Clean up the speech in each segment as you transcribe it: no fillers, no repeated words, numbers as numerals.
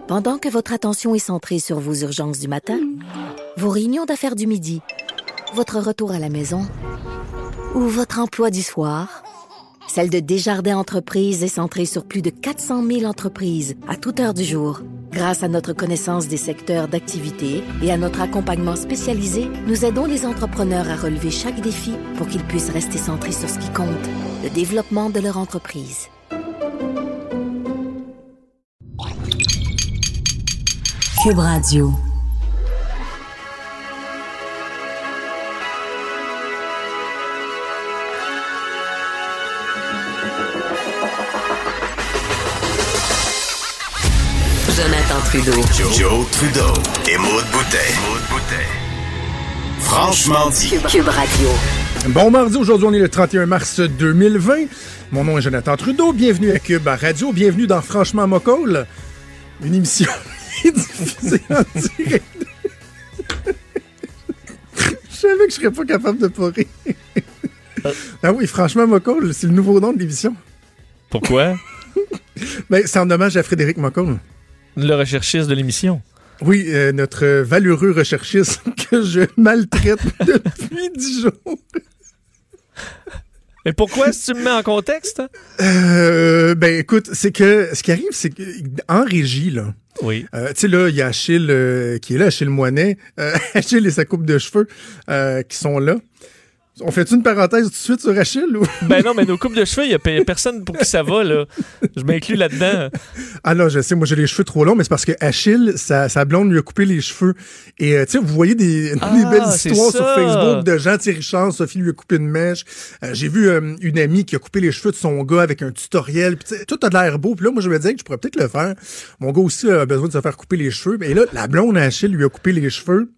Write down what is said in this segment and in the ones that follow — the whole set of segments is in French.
Pendant que votre attention est centrée sur vos urgences du matin, vos réunions d'affaires du midi, votre retour à la maison ou votre emploi du soir, celle de Desjardins Entreprises est centrée sur plus de 400 000 entreprises à toute heure du jour. Grâce à notre connaissance des secteurs d'activité et à notre accompagnement spécialisé, nous aidons les entrepreneurs à relever chaque défi pour qu'ils puissent rester centrés sur ce qui compte, le développement de leur entreprise. Cube Radio. Jonathan Trudeau. Joe Trudeau et Maude Boutet. Franchement dit. Cube Radio. Bon mardi, aujourd'hui on est le 31 mars 2020. Mon nom est Jonathan Trudeau. Bienvenue à Cube Radio. Bienvenue dans Franchement Mocoll, une émission diffusée en direct. Je savais que je serais pas capable de pas rire. Ah oui, Franchement Mocoll, c'est le nouveau nom de l'émission. Pourquoi? Ben, c'est en hommage à Frédéric Mocoll. Le recherchiste de l'émission. Oui, notre valeureux recherchiste que je maltraite depuis 10 jours. Et pourquoi, si tu me mets en contexte? Ben, écoute, c'est que ce qui arrive, c'est qu'en régie, là, oui. Tu sais, là, il y a Achille qui est là, Achille Moinet, Achille et sa coupe de cheveux qui sont là. On fait une parenthèse tout de suite sur Achille? Ou? Ben non, mais nos coupes de cheveux, il y a personne pour qui ça va, là. Je m'inclus là-dedans. Ah non, je sais, moi j'ai les cheveux trop longs, mais c'est parce que Achille, sa blonde lui a coupé les cheveux. Et tu sais, vous voyez des belles histoires sur Facebook de gens, Thierry Richard, Sophie lui a coupé une mèche. J'ai vu une amie qui a coupé les cheveux de son gars avec un tutoriel. Puis tout a de l'air beau. Puis là, moi je me disais que je pourrais peut-être le faire. Mon gars aussi a besoin de se faire couper les cheveux. Et là, la blonde à Achille lui a coupé les cheveux.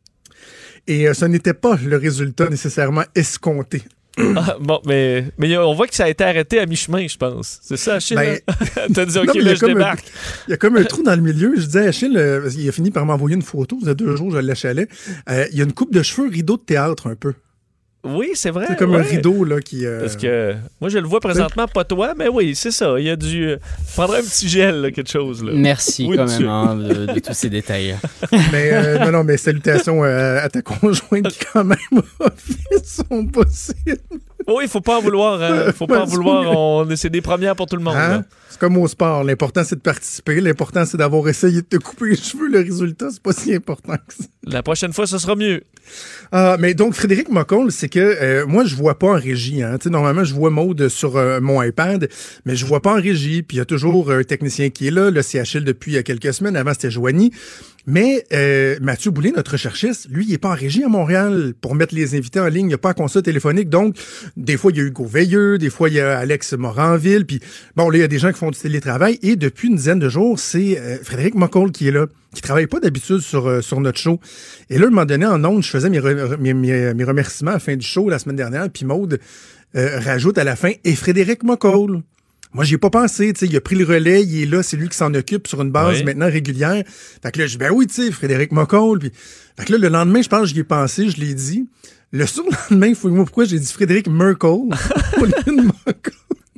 Et ce n'était pas le résultat nécessairement escompté. Ah, bon, mais on voit que ça a été arrêté à mi-chemin, je pense. C'est ça, Achille? Ben, t'as dit, OK, non, là, je débarque. Il y a comme un trou dans le milieu. Je disais à Achille, il a fini par m'envoyer une photo. Il y a 2 jours, je l'achalais. Il y a une coupe de cheveux rideau de théâtre un peu. Oui, c'est vrai. C'est comme un rideau là qui. Parce que moi je le vois présentement, pas toi, mais oui, c'est ça. Il y a du. Prendrait un petit gel, là, quelque chose. Là. Merci quand même hein, de tous ces détails. Mais non, mais salutations à ta conjointe qui quand même a fait son possible. Oui, il faut pas en vouloir. Hein. Faut pas en vouloir. C'est des premières pour tout le monde. Hein? C'est comme au sport. L'important, c'est de participer. L'important, c'est d'avoir essayé de te couper les cheveux. Le résultat, c'est pas si important que ça. La prochaine fois, ce sera mieux. Mais donc, Frédéric Mocoll, c'est que moi, je vois pas en régie. Hein. Normalement, je vois Maude sur mon iPad, mais je vois pas en régie. Puis il y a toujours un technicien qui est là. Là, c'est Achille depuis quelques semaines. Avant, c'était Joanie. Mais Mathieu Boulay, notre recherchiste, lui, il est pas en régie à Montréal pour mettre les invités en ligne. Il n'y a pas en console téléphonique. Donc, des fois, il y a Hugo Veilleux, des fois, il y a Alex Moranville. Puis, bon, là, il y a des gens qui font du télétravail. Et depuis une dizaine de jours, c'est Frédéric Mocoll qui est là, qui travaille pas d'habitude sur notre show. Et là, à un moment donné, en ondes, je faisais mes remerciements à la fin du show la semaine dernière. Puis Maude rajoute à la fin « Et Frédéric Mocoll ». Moi, j'y ai pas pensé, tu sais, il a pris le relais, il est là, c'est lui qui s'en occupe sur une base maintenant régulière. Fait que là, je dis, ben oui, tu sais, Frédéric Mocoll. Puis, fait que là, le lendemain, je pense que j'y ai pensé, je l'ai dit. Le surlendemain, il faut que moi, pourquoi j'ai dit Frédéric Merkel au lieu de Mocoll.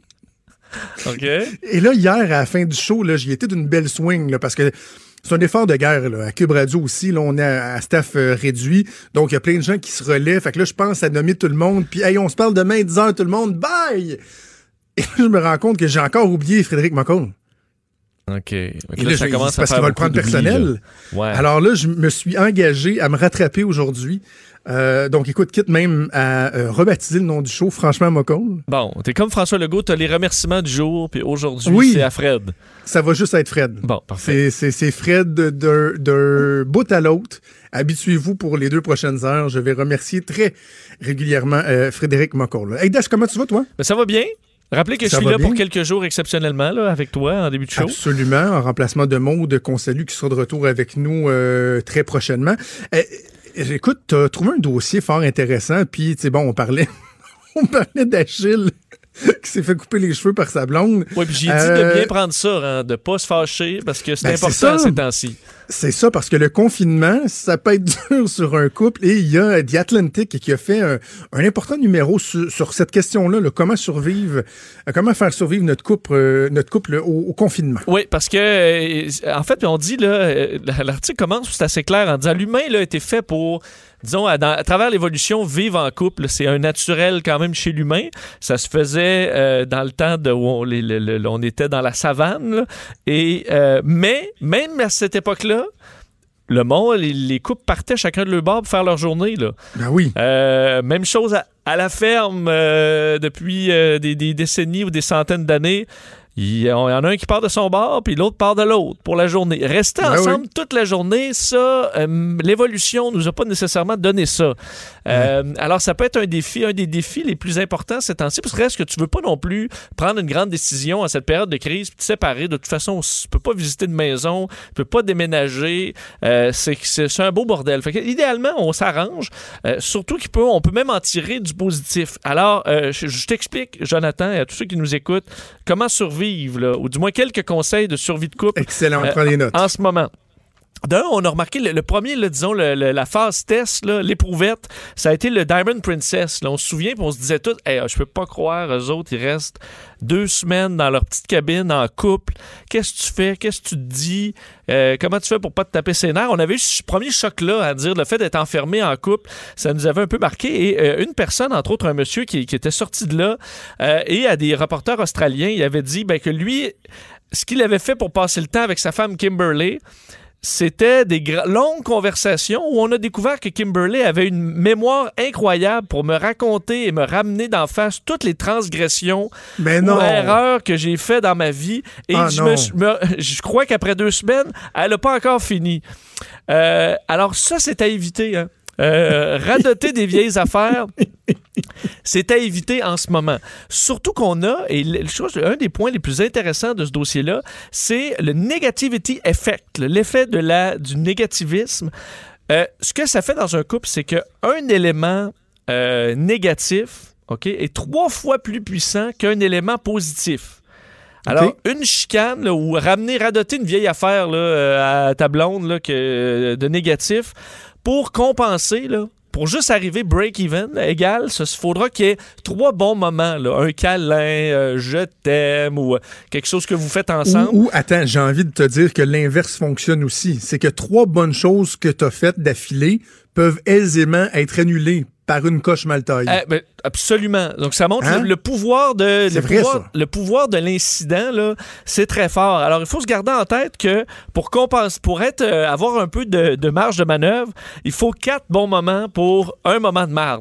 OK. Et là, hier, à la fin du show, là, j'y étais d'une belle swing, là, parce que c'est un effort de guerre, là. À Cube Radio aussi, là, on est à staff réduit. Donc, il y a plein de gens qui se relaient. Fait que là, je pense à nommer tout le monde. Puis, hey, on se parle demain, 10h, tout le monde. Bye! Et là, je me rends compte que j'ai encore oublié Frédéric Mocoll. OK. Et là, ça commence parce qu'il va le prendre personnel. Ouais. Alors là, je me suis engagé à me rattraper aujourd'hui. Donc, écoute, quitte même à rebaptiser le nom du show, Franchement Mocoll. Bon, t'es comme François Legault, t'as les remerciements du jour, puis aujourd'hui, c'est à Fred. Ça va juste être Fred. Bon, parfait. C'est Fred d'un bout à l'autre. Habituez-vous pour les 2 prochaines heures. Je vais remercier très régulièrement Frédéric Mocoll. Hey, Dash, comment tu vas, toi? Ben, ça va bien. Rappelez que je suis là pour quelques jours exceptionnellement, là, avec toi, en début de show. Absolument, en remplacement de Maude, qu'on salue, qui sera de retour avec nous très prochainement. Écoute, t'as trouvé un dossier fort intéressant, puis, tu sais, bon, on parlait d'Achille qui s'est fait couper les cheveux par sa blonde. Oui, puis j'ai dit de bien prendre ça, hein, de pas se fâcher, parce que c'est important ces temps-ci. C'est ça, parce que le confinement, ça peut être dur sur un couple. Et il y a The Atlantic qui a fait un important numéro sur cette question-là, comment faire survivre notre couple au confinement. Oui, parce que, en fait, on dit, là, l'article commence, c'est assez clair, en disant l'humain là, a été fait pour, disons, à travers l'évolution, vivre en couple. C'est un naturel quand même chez l'humain. Ça se faisait dans le temps où on était dans la savane. Là, et, mais même à cette époque-là, le monde, les couples partaient chacun de leur bord pour faire leur journée. Là. Ben oui. Même chose à la ferme depuis des décennies ou des centaines d'années. Il y en a un qui part de son bord, puis l'autre part de l'autre pour la journée. Rester ensemble toute la journée, ça, l'évolution nous a pas nécessairement donné ça. Alors, ça peut être un des défis les plus importants ces temps-ci, parce que reste que tu veux pas non plus prendre une grande décision à cette période de crise, puis te séparer. De toute façon, tu peux pas visiter de maison, tu peux pas déménager. C'est un beau bordel. Fait que, idéalement, on s'arrange. Surtout on peut même en tirer du positif. Alors, je t'explique, Jonathan, et à tous ceux qui nous écoutent, comment survivre. Là, ou du moins quelques conseils de survie de couple. Excellent, on prend les notes. En ce moment. D'un, on a remarqué le premier, là, disons, la phase test, là, l'éprouvette, ça a été le Diamond Princess. Là. On se souvient, puis on se disait tous, hey, je peux pas croire, eux autres, ils restent 2 semaines dans leur petite cabine en couple. Qu'est-ce que tu fais? Qu'est-ce que tu te dis? Comment tu fais pour pas te taper ses nerfs? On avait eu ce premier choc-là à dire le fait d'être enfermé en couple, ça nous avait un peu marqué. Et une personne, entre autres un monsieur qui était sorti de là, et à des reporters australiens, il avait dit que lui, ce qu'il avait fait pour passer le temps avec sa femme Kimberly, c'était des longues conversations où on a découvert que Kimberly avait une mémoire incroyable pour me raconter et me ramener d'en face toutes les transgressions ou erreurs que j'ai fait dans ma vie. Et je crois qu'après 2 semaines, elle n'a pas encore fini. Alors ça, c'est à éviter, hein. Radoter des vieilles affaires, c'est à éviter en ce moment. Surtout qu'on a, et un des points les plus intéressants de ce dossier-là, c'est le negativity effect, l'effet du négativisme. Ce que ça fait dans un couple, c'est qu'un élément négatif, est 3 fois plus puissant qu'un élément positif. Alors, une chicane, là, ou radoter une vieille affaire là, à ta blonde là, de négatif, pour compenser, là, pour juste arriver break-even, égal, il faudra qu'il y ait 3 bons moments. Là, un câlin, je t'aime, ou quelque chose que vous faites ensemble. Ou attends, j'ai envie de te dire que l'inverse fonctionne aussi. C'est que 3 bonnes choses que tu as faites d'affilée peuvent aisément être annulées par une coche mal taillée. Absolument. Donc, ça montre le pouvoir de l'incident, là, c'est très fort. Alors, il faut se garder en tête que pour avoir un peu de marge de manœuvre, il faut 4 bons moments pour un moment de marde.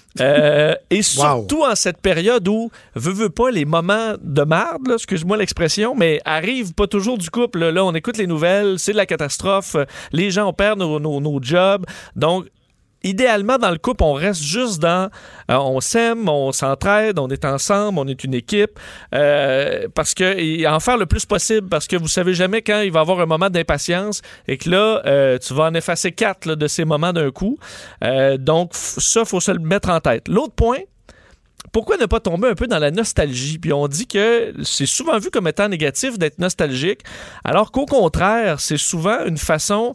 Et surtout en cette période où, veux pas, les moments de marde, là, excuse-moi l'expression, mais arrivent pas toujours du couple. Là, on écoute les nouvelles, c'est de la catastrophe, les gens perdent nos jobs. Donc, idéalement, dans le couple, on reste juste dans on s'aime, on s'entraide, on est ensemble, on est une équipe, parce que et en faire le plus possible, parce que vous savez jamais quand il va y avoir un moment d'impatience et que là, tu vas en effacer 4 là, de ces moments d'un coup. Donc, ça, il faut se le mettre en tête. L'autre point, pourquoi ne pas tomber un peu dans la nostalgie? Puis on dit que c'est souvent vu comme étant négatif d'être nostalgique, alors qu'au contraire, c'est souvent une façon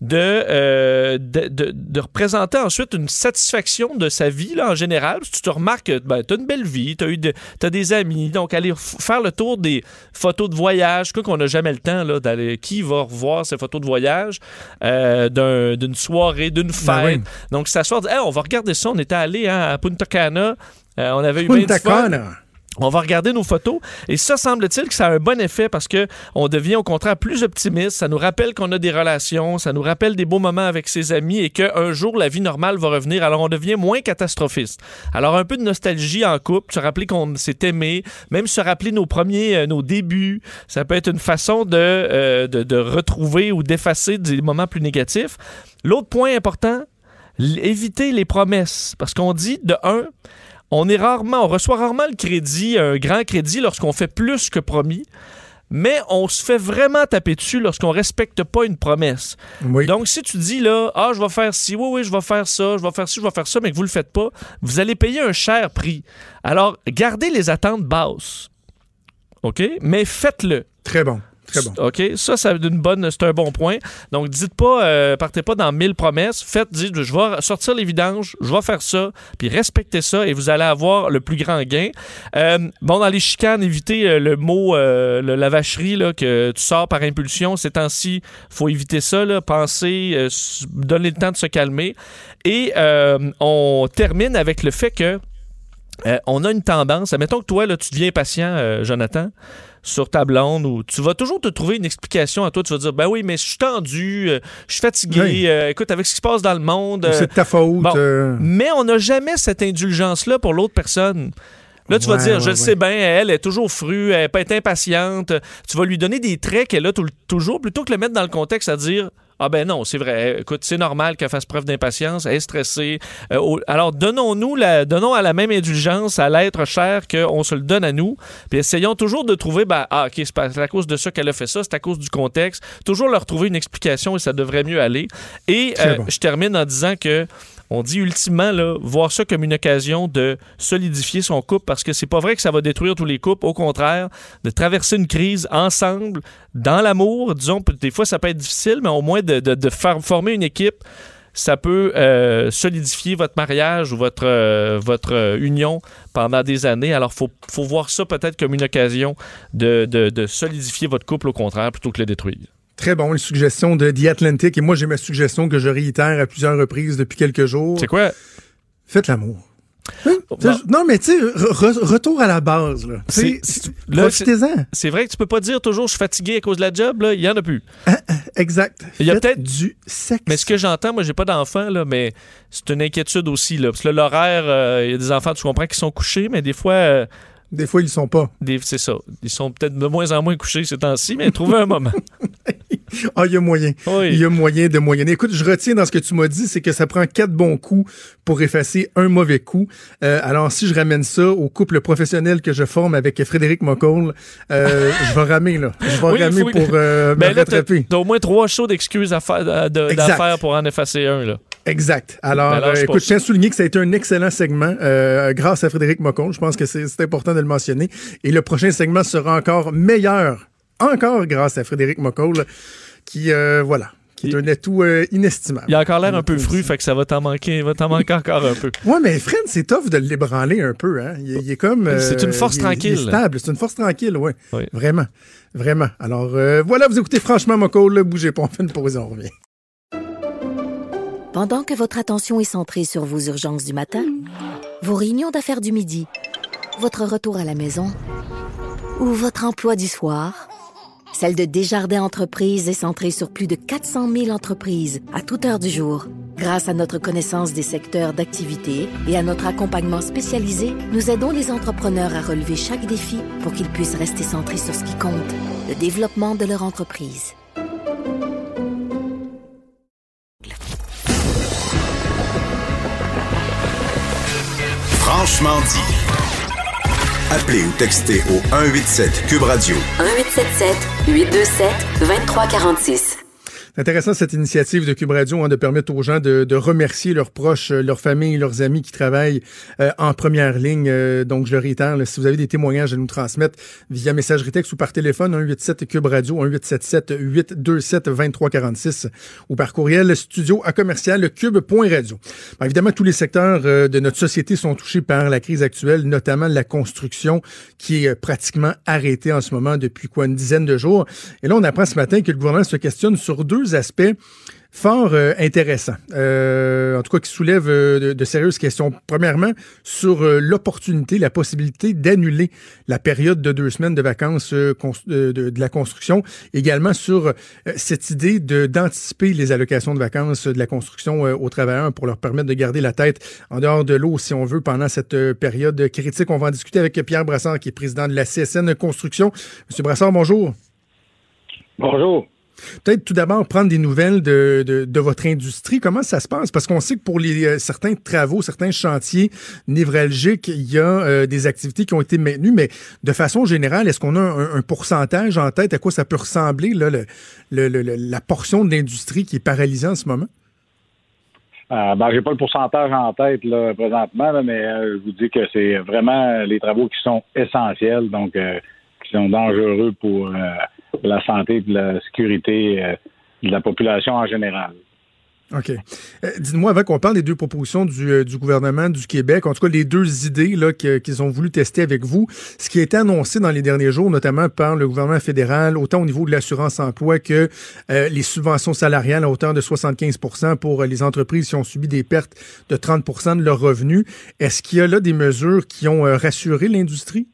de représenter ensuite une satisfaction de sa vie là, en général. Si tu te remarques que tu as une belle vie, tu as des amis, donc aller faire le tour des photos de voyage, qu'on n'a jamais le temps là, d'aller. Qui va revoir ces photos de voyage d'une soirée, d'une fête? Donc s'asseoir, on va regarder ça, on était allé à Punta Cana. On avait eu bien du fun. On va regarder nos photos et ça, semble-t-il que ça a un bon effet parce que on devient au contraire plus optimiste. Ça nous rappelle qu'on a des relations, ça nous rappelle des beaux moments avec ses amis et qu'un jour, la vie normale va revenir. Alors, on devient moins catastrophiste. Alors, un peu de nostalgie en couple, se rappeler qu'on s'est aimé, même se rappeler nos débuts. Ça peut être une façon de retrouver ou d'effacer des moments plus négatifs. L'autre point important, éviter les promesses. Parce qu'on dit, de un, on reçoit rarement le crédit, un grand crédit, lorsqu'on fait plus que promis. mais on se fait vraiment taper dessus lorsqu'on respecte pas une promesse. Oui. Donc, si tu dis là, je vais faire ci, oui, je vais faire ça, je vais faire ci, je vais faire ça, mais que vous le faites pas, vous allez payer un cher prix. Alors, gardez les attentes basses. OK? Mais faites-le. Très bon. Très bon. OK? Ça, c'est un bon point. Donc, dites pas, partez pas dans 1000 promesses. Dites, je vais sortir les vidanges, je vais faire ça, puis respectez ça et vous allez avoir le plus grand gain. Dans les chicanes, évitez le mot la vacherie là, que tu sors par impulsion. Ces temps-ci, faut éviter ça. Là. Pensez, donnez le temps de se calmer. Et on termine avec le fait que on a une tendance. Admettons que toi, là, tu deviens patient, Jonathan, sur ta blonde, où tu vas toujours te trouver une explication à toi. Tu vas dire, ben oui, mais je suis tendu, je suis fatigué, oui. Écoute, avec ce qui se passe dans le monde... c'est de ta faute. Bon, mais on n'a jamais cette indulgence-là pour l'autre personne. Là, tu vas dire, je le sais bien, elle est toujours frue, elle peut être impatiente. Tu vas lui donner des traits qu'elle a toujours, plutôt que le mettre dans le contexte à dire... Ah ben non, c'est vrai. Écoute, c'est normal qu'elle fasse preuve d'impatience, elle est stressée. Alors, donnons à la même indulgence à l'être cher qu'on se le donne à nous. Puis essayons toujours de trouver, OK, c'est à cause de ça qu'elle a fait ça, c'est à cause du contexte. Toujours leur trouver une explication et ça devrait mieux aller. Et je termine en disant que on dit ultimement, là, voir ça comme une occasion de solidifier son couple parce que c'est pas vrai que ça va détruire tous les couples. Au contraire, de traverser une crise ensemble, dans l'amour, disons, des fois ça peut être difficile, mais au moins de faire former une équipe, ça peut solidifier votre mariage ou votre union pendant des années. Alors, faut voir ça peut-être comme une occasion de solidifier votre couple au contraire plutôt que le détruire. Très bon, une suggestion de The Atlantic. Et moi, j'ai ma suggestion que je réitère à plusieurs reprises depuis quelques jours. C'est quoi? Faites l'amour. Non, mais tu sais, retour à la base. Là. Profitez-en. C'est vrai que tu peux pas dire toujours je suis fatigué à cause de la job. Là. Il y en a plus. Exact. Il y a peut-être du sexe. Mais ce que j'entends, moi, j'ai pas d'enfants, là, mais c'est une inquiétude aussi. Là, parce que l'horaire, il y a des enfants, tu comprends, qui sont couchés, mais des fois... Des fois, ils ne sont pas. C'est ça. Ils sont peut-être de moins en moins couchés ces temps-ci, mais trouvez un moment. Il y a moyen. Oui. Il y a moyen de moyenner. Écoute, je retiens dans ce que tu m'as dit, c'est que ça prend 4 bons coups pour effacer un mauvais coup. Alors, si je ramène ça au couple professionnel que je forme avec Frédéric McCall, je vais ramer, là. Je vais ramer pour me rattraper. T'as au moins 3 shows d'excuses d'affaires pour en effacer un, là. Exact. Alors, écoute, je tiens à souligner que ça a été un excellent segment grâce à Frédéric McCall. Je pense que c'est important de le mentionner. Et le prochain segment sera encore meilleur, encore grâce à Frédéric McCall, qui est un atout inestimable. Il a encore l'air un peu fru, fait que ça va t'en manquer encore un peu. Ouais, mais Fred, c'est tough de l'ébranler un peu, hein. Il est comme... c'est une force tranquille. Il est stable, c'est une force tranquille, ouais. Oui. Vraiment, vraiment. Alors, voilà, vous écoutez Franchement McCall, bougez pas, on fait une pause, on revient. Pendant que votre attention est centrée sur vos urgences du matin, vos réunions d'affaires du midi, votre retour à la maison ou votre emploi du soir, celle de Desjardins Entreprises est centrée sur plus de 400 000 entreprises à toute heure du jour. Grâce à notre connaissance des secteurs d'activité et à notre accompagnement spécialisé, nous aidons les entrepreneurs à relever chaque défi pour qu'ils puissent rester centrés sur ce qui compte, le développement de leur entreprise. Franchement dit. Appelez ou textez au 187 Cube Radio. 1877-827-2346. C'est intéressant cette initiative de Cube Radio de permettre aux gens de remercier leurs proches, leurs familles, leurs amis qui travaillent en première ligne. Donc, je le réitère, si vous avez des témoignages à nous transmettre via messagerie texte ou par téléphone, 187 Cube Radio, 1877-827-2346 ou par courriel studio@cube.radio. Bon, évidemment, tous les secteurs de notre société sont touchés par la crise actuelle, notamment la construction qui est pratiquement arrêtée en ce moment depuis une dizaine de jours. Et là, on apprend ce matin que le gouvernement se questionne sur 2 aspects fort intéressants, en tout cas qui soulèvent de sérieuses questions. Premièrement, sur l'opportunité, la possibilité d'annuler la période de 2 semaines de vacances de la construction. Également sur cette idée d'anticiper les allocations de vacances de la construction aux travailleurs pour leur permettre de garder la tête en dehors de l'eau, si on veut, pendant cette période critique. On va en discuter avec Pierre Brassard, qui est président de la CSN Construction. Monsieur Brassard, bonjour. Bonjour. Peut-être tout d'abord prendre des nouvelles de votre industrie. Comment ça se passe? Parce qu'on sait que pour certains travaux, certains chantiers névralgiques, il y a des activités qui ont été maintenues, mais de façon générale, est-ce qu'on a un pourcentage en tête à quoi ça peut ressembler, là, la portion de l'industrie qui est paralysée en ce moment? J'ai pas le pourcentage en tête là, présentement, là, mais je vous dis que c'est vraiment les travaux qui sont essentiels, donc qui sont dangereux pour la santé et la sécurité de la population en général. OK. Dites-moi, avant qu'on parle des deux propositions du gouvernement du Québec, en tout cas les deux idées là, qu'ils ont voulu tester avec vous, ce qui a été annoncé dans les derniers jours, notamment par le gouvernement fédéral, autant au niveau de l'assurance-emploi que les subventions salariales à hauteur de 75% pour les entreprises qui ont subi des pertes de 30% de leurs revenus. Est-ce qu'il y a là des mesures qui ont rassuré l'industrie?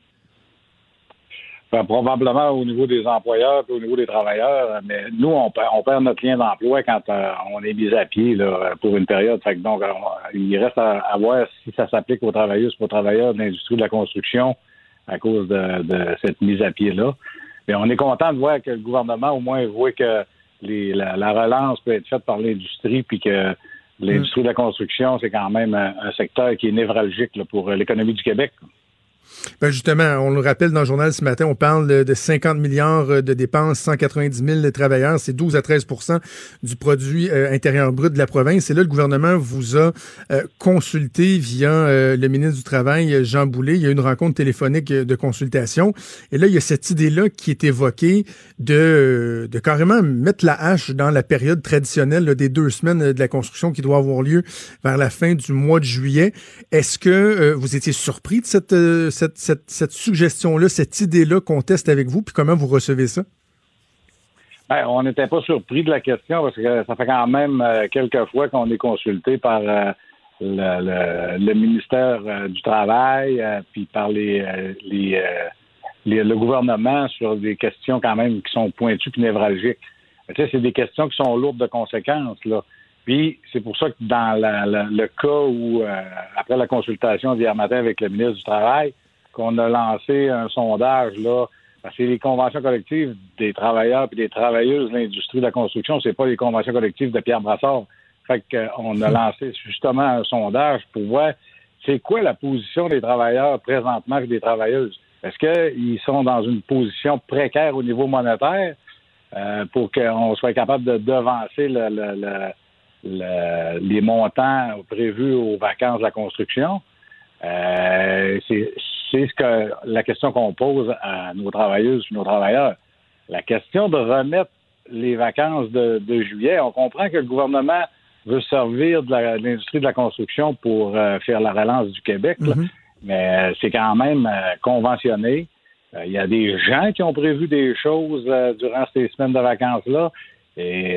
Probablement au niveau des employeurs et au niveau des travailleurs, mais nous, on perd notre lien d'emploi quand on est mis à pied là, pour une période. Fait que donc, il reste à voir si ça s'applique aux travailleuses et aux travailleurs de l'industrie de la construction à cause de cette mise à pied-là. Mais on est content de voir que le gouvernement, au moins, voit que la relance peut être faite par l'industrie puis que l'industrie de la construction, c'est quand même un secteur qui est névralgique là, pour l'économie du Québec. Ben justement, on le rappelle dans le journal ce matin, on parle de 50 milliards de dépenses, 190 000 travailleurs, c'est 12 à 13% du produit intérieur brut de la province. Et là, le gouvernement vous a consulté via le ministre du Travail, Jean Boulet. Il y a eu une rencontre téléphonique de consultation. Et là, il y a cette idée-là qui est évoquée de carrément mettre la hache dans la période traditionnelle là, des 2 semaines de la construction qui doit avoir lieu vers la fin du mois de juillet. Est-ce que vous étiez surpris de cette suggestion-là, cette idée-là qu'on teste avec vous, puis comment vous recevez ça? On n'était pas surpris de la question parce que ça fait quand même quelques fois qu'on est consulté par le ministère du Travail puis par le gouvernement sur des questions quand même qui sont pointues et névralgiques. Tu sais, c'est des questions qui sont lourdes de conséquences, là. Puis, c'est pour ça que dans le cas où, après la consultation d'hier matin avec le ministre du Travail, qu'on a lancé un sondage, là, parce que les conventions collectives des travailleurs et des travailleuses de l'industrie de la construction, c'est pas les conventions collectives de Pierre Brassard. Fait qu'on a lancé justement un sondage pour voir c'est quoi la position des travailleurs présentement et des travailleuses. Est-ce qu'ils sont dans une position précaire au niveau monétaire pour qu'on soit capable de devancer les montants prévus aux vacances de la construction? C'est la question qu'on pose à nos travailleuses et nos travailleurs. La question de remettre les vacances de juillet, on comprend que le gouvernement veut servir de l'industrie de la construction pour faire la relance du Québec, là, mais c'est quand même conventionné. Il y a des gens qui ont prévu des choses durant ces semaines de vacances-là et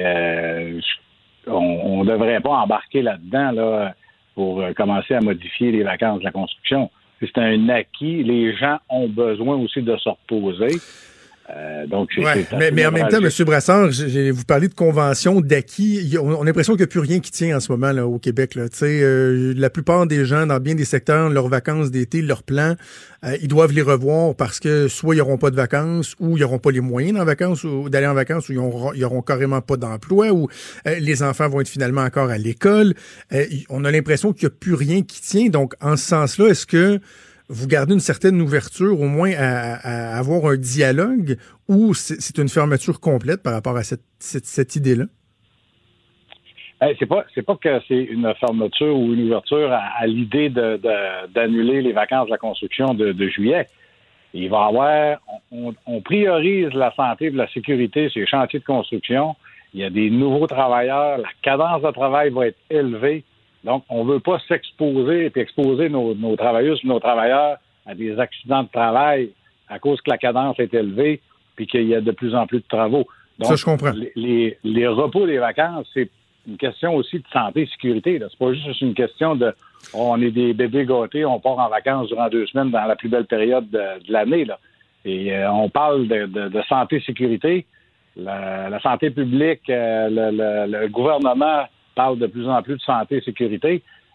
on ne devrait pas embarquer là-dedans là, pour commencer à modifier les vacances de la construction. C'est un acquis. Les gens ont besoin aussi de se reposer. Mais en même temps, M. Brassard, vous parlez de conventions, d'acquis. On a l'impression qu'il n'y a plus rien qui tient en ce moment là, au Québec. Là. La plupart des gens, dans bien des secteurs, leurs vacances d'été, leurs plans, ils doivent les revoir parce que soit ils n'auront pas de vacances ou ils n'auront pas les moyens d'aller en vacances ou ils n'auront carrément pas d'emploi ou les enfants vont être finalement encore à l'école. On a l'impression qu'il n'y a plus rien qui tient. Donc, en ce sens-là, est-ce que vous gardez une certaine ouverture, au moins à avoir un dialogue, ou c'est une fermeture complète par rapport à cette idée-là? C'est pas que c'est une fermeture ou une ouverture à l'idée d'annuler les vacances de la construction de juillet. Il va y avoir, on priorise la santé et la sécurité sur les chantiers de construction. Il y a des nouveaux travailleurs, la cadence de travail va être élevée. Donc, on ne veut pas s'exposer et exposer nos travailleuses et nos travailleurs à des accidents de travail à cause que la cadence est élevée puis qu'il y a de plus en plus de travaux. Donc, ça, je comprends. Les repos des vacances, c'est une question aussi de santé et sécurité. C'est pas juste une question de on est des bébés gâtés, on part en vacances durant 2 semaines dans la plus belle période de l'année. Là. Et on parle de santé et sécurité. La santé publique, le gouvernement parle de plus en plus de santé et sécurité.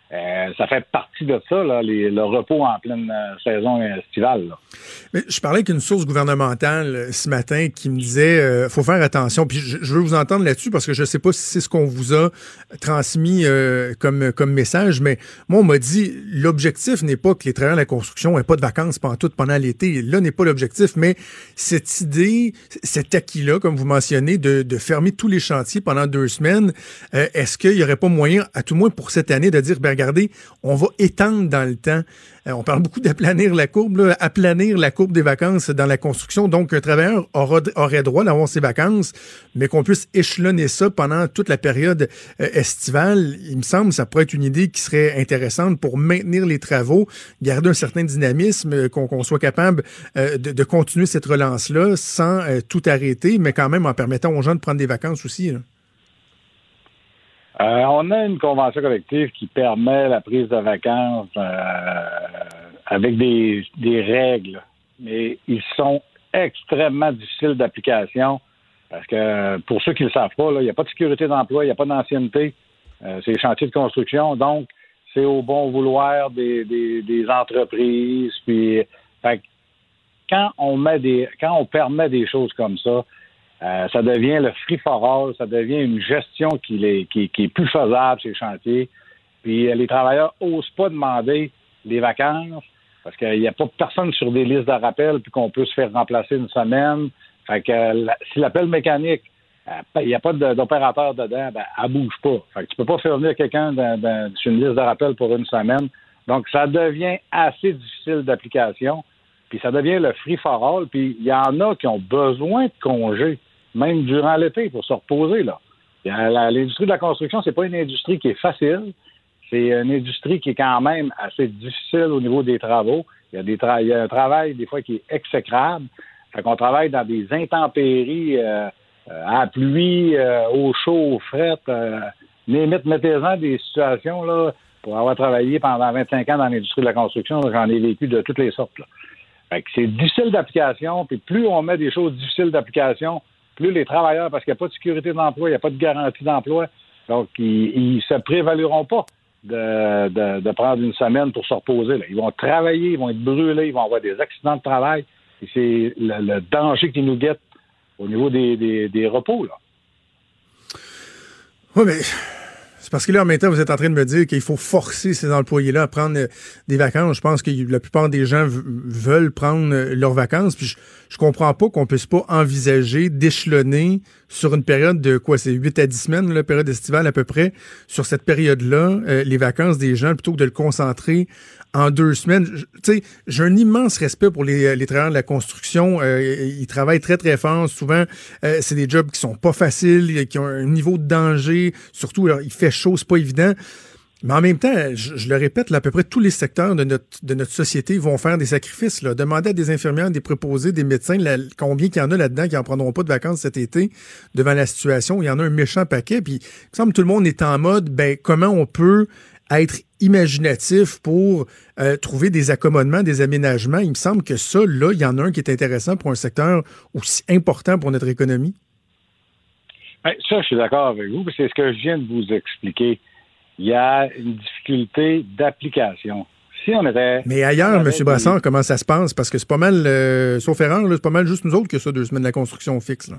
Ça fait partie de ça, là, le repos en pleine saison estivale. Là. Mais je parlais avec une source gouvernementale ce matin qui me disait faut faire attention. Puis je veux vous entendre là-dessus parce que je ne sais pas si c'est ce qu'on vous a transmis comme message, mais moi, on m'a dit l'objectif n'est pas que les travailleurs de la construction n'aient pas de vacances pendant l'été. Là n'est pas l'objectif, mais cette idée, cet acquis-là, comme vous mentionnez, de fermer tous les chantiers pendant 2 semaines, est-ce qu'il n'y aurait pas moyen, à tout moins pour cette année, de dire, regardez, on va étendre dans le temps. On parle beaucoup d'aplanir la courbe, là, aplanir la courbe des vacances dans la construction. Donc, un travailleur aurait droit d'avoir ses vacances, mais qu'on puisse échelonner ça pendant toute la période estivale. Il me semble que ça pourrait être une idée qui serait intéressante pour maintenir les travaux, garder un certain dynamisme, qu'on soit capable de continuer cette relance-là sans tout arrêter, mais quand même en permettant aux gens de prendre des vacances aussi, là. On a une convention collective qui permet la prise de vacances avec des règles, mais ils sont extrêmement difficiles d'application parce que pour ceux qui ne le savent pas, il n'y a pas de sécurité d'emploi, il n'y a pas d'ancienneté. C'est des chantiers de construction, donc c'est au bon vouloir des entreprises. Puis, quand on permet des choses comme ça, ça devient le free for all, ça devient une gestion qui est plus faisable, ces chantiers. Puis les travailleurs n'osent pas demander les vacances parce qu'il n'y a pas personne sur des listes de rappel puis qu'on peut se faire remplacer une semaine. Fait que si l'appel mécanique, il n'y a pas d'opérateur dedans, elle bouge pas. Fait que tu peux pas faire venir quelqu'un sur une liste de rappel pour une semaine. Donc, ça devient assez difficile d'application. Puis ça devient le free for all. Puis il y en a qui ont besoin de congés, même durant l'été, pour se reposer, là. L'industrie de la construction, c'est pas une industrie qui est facile. C'est une industrie qui est quand même assez difficile au niveau des travaux. Il y a un travail, des fois, qui est exécrable. Fait qu'on travaille dans des intempéries, à la pluie, au chaud, au fret. Mettez-en des situations, là, pour avoir travaillé pendant 25 ans dans l'industrie de la construction, j'en ai vécu de toutes les sortes, là. Fait que c'est difficile d'application, puis plus on met des choses difficiles d'application, plus les travailleurs, parce qu'il n'y a pas de sécurité d'emploi, il n'y a pas de garantie d'emploi, donc ils se prévaleront pas de prendre une semaine pour se reposer, là. Ils vont travailler, ils vont être brûlés, ils vont avoir des accidents de travail, et c'est le danger qui nous guette au niveau des repos, là. Oui, mais c'est parce que là, en même temps, vous êtes en train de me dire qu'il faut forcer ces employés-là à prendre des vacances. Je pense que la plupart des gens veulent prendre leurs vacances. Puis je comprends pas qu'on puisse pas envisager d'échelonner sur une période de c'est 8 à 10 semaines, la période estivale à peu près, sur cette période-là, les vacances des gens, plutôt que de le concentrer en 2 semaines. Tu sais, j'ai un immense respect pour les travailleurs de la construction. Ils travaillent très, très fort. Souvent, c'est des jobs qui sont pas faciles, qui ont un niveau de danger. Surtout, alors, il fait chaud, c'est pas évident. Mais en même temps, je le répète, là, à peu près tous les secteurs de notre société vont faire des sacrifices, là. Demandez à des infirmières, des préposés, des médecins, combien qu'il y en a là-dedans qui en prendront pas de vacances cet été devant la situation. Il y en a un méchant paquet. Puis, il me semble que tout le monde est en mode, comment on peut être imaginatif pour trouver des accommodements, des aménagements. Il me semble que ça, là, il y en a un qui est intéressant pour un secteur aussi important pour notre économie. Bien, ça, je suis d'accord avec vous. C'est ce que je viens de vous expliquer. Il y a une difficulté d'application. Si on était... Mais ailleurs, M. Brassard, comment ça se passe? Parce que c'est pas mal, sauf erreur, là, c'est pas mal juste nous autres que ça, 2 semaines de la construction fixe, là.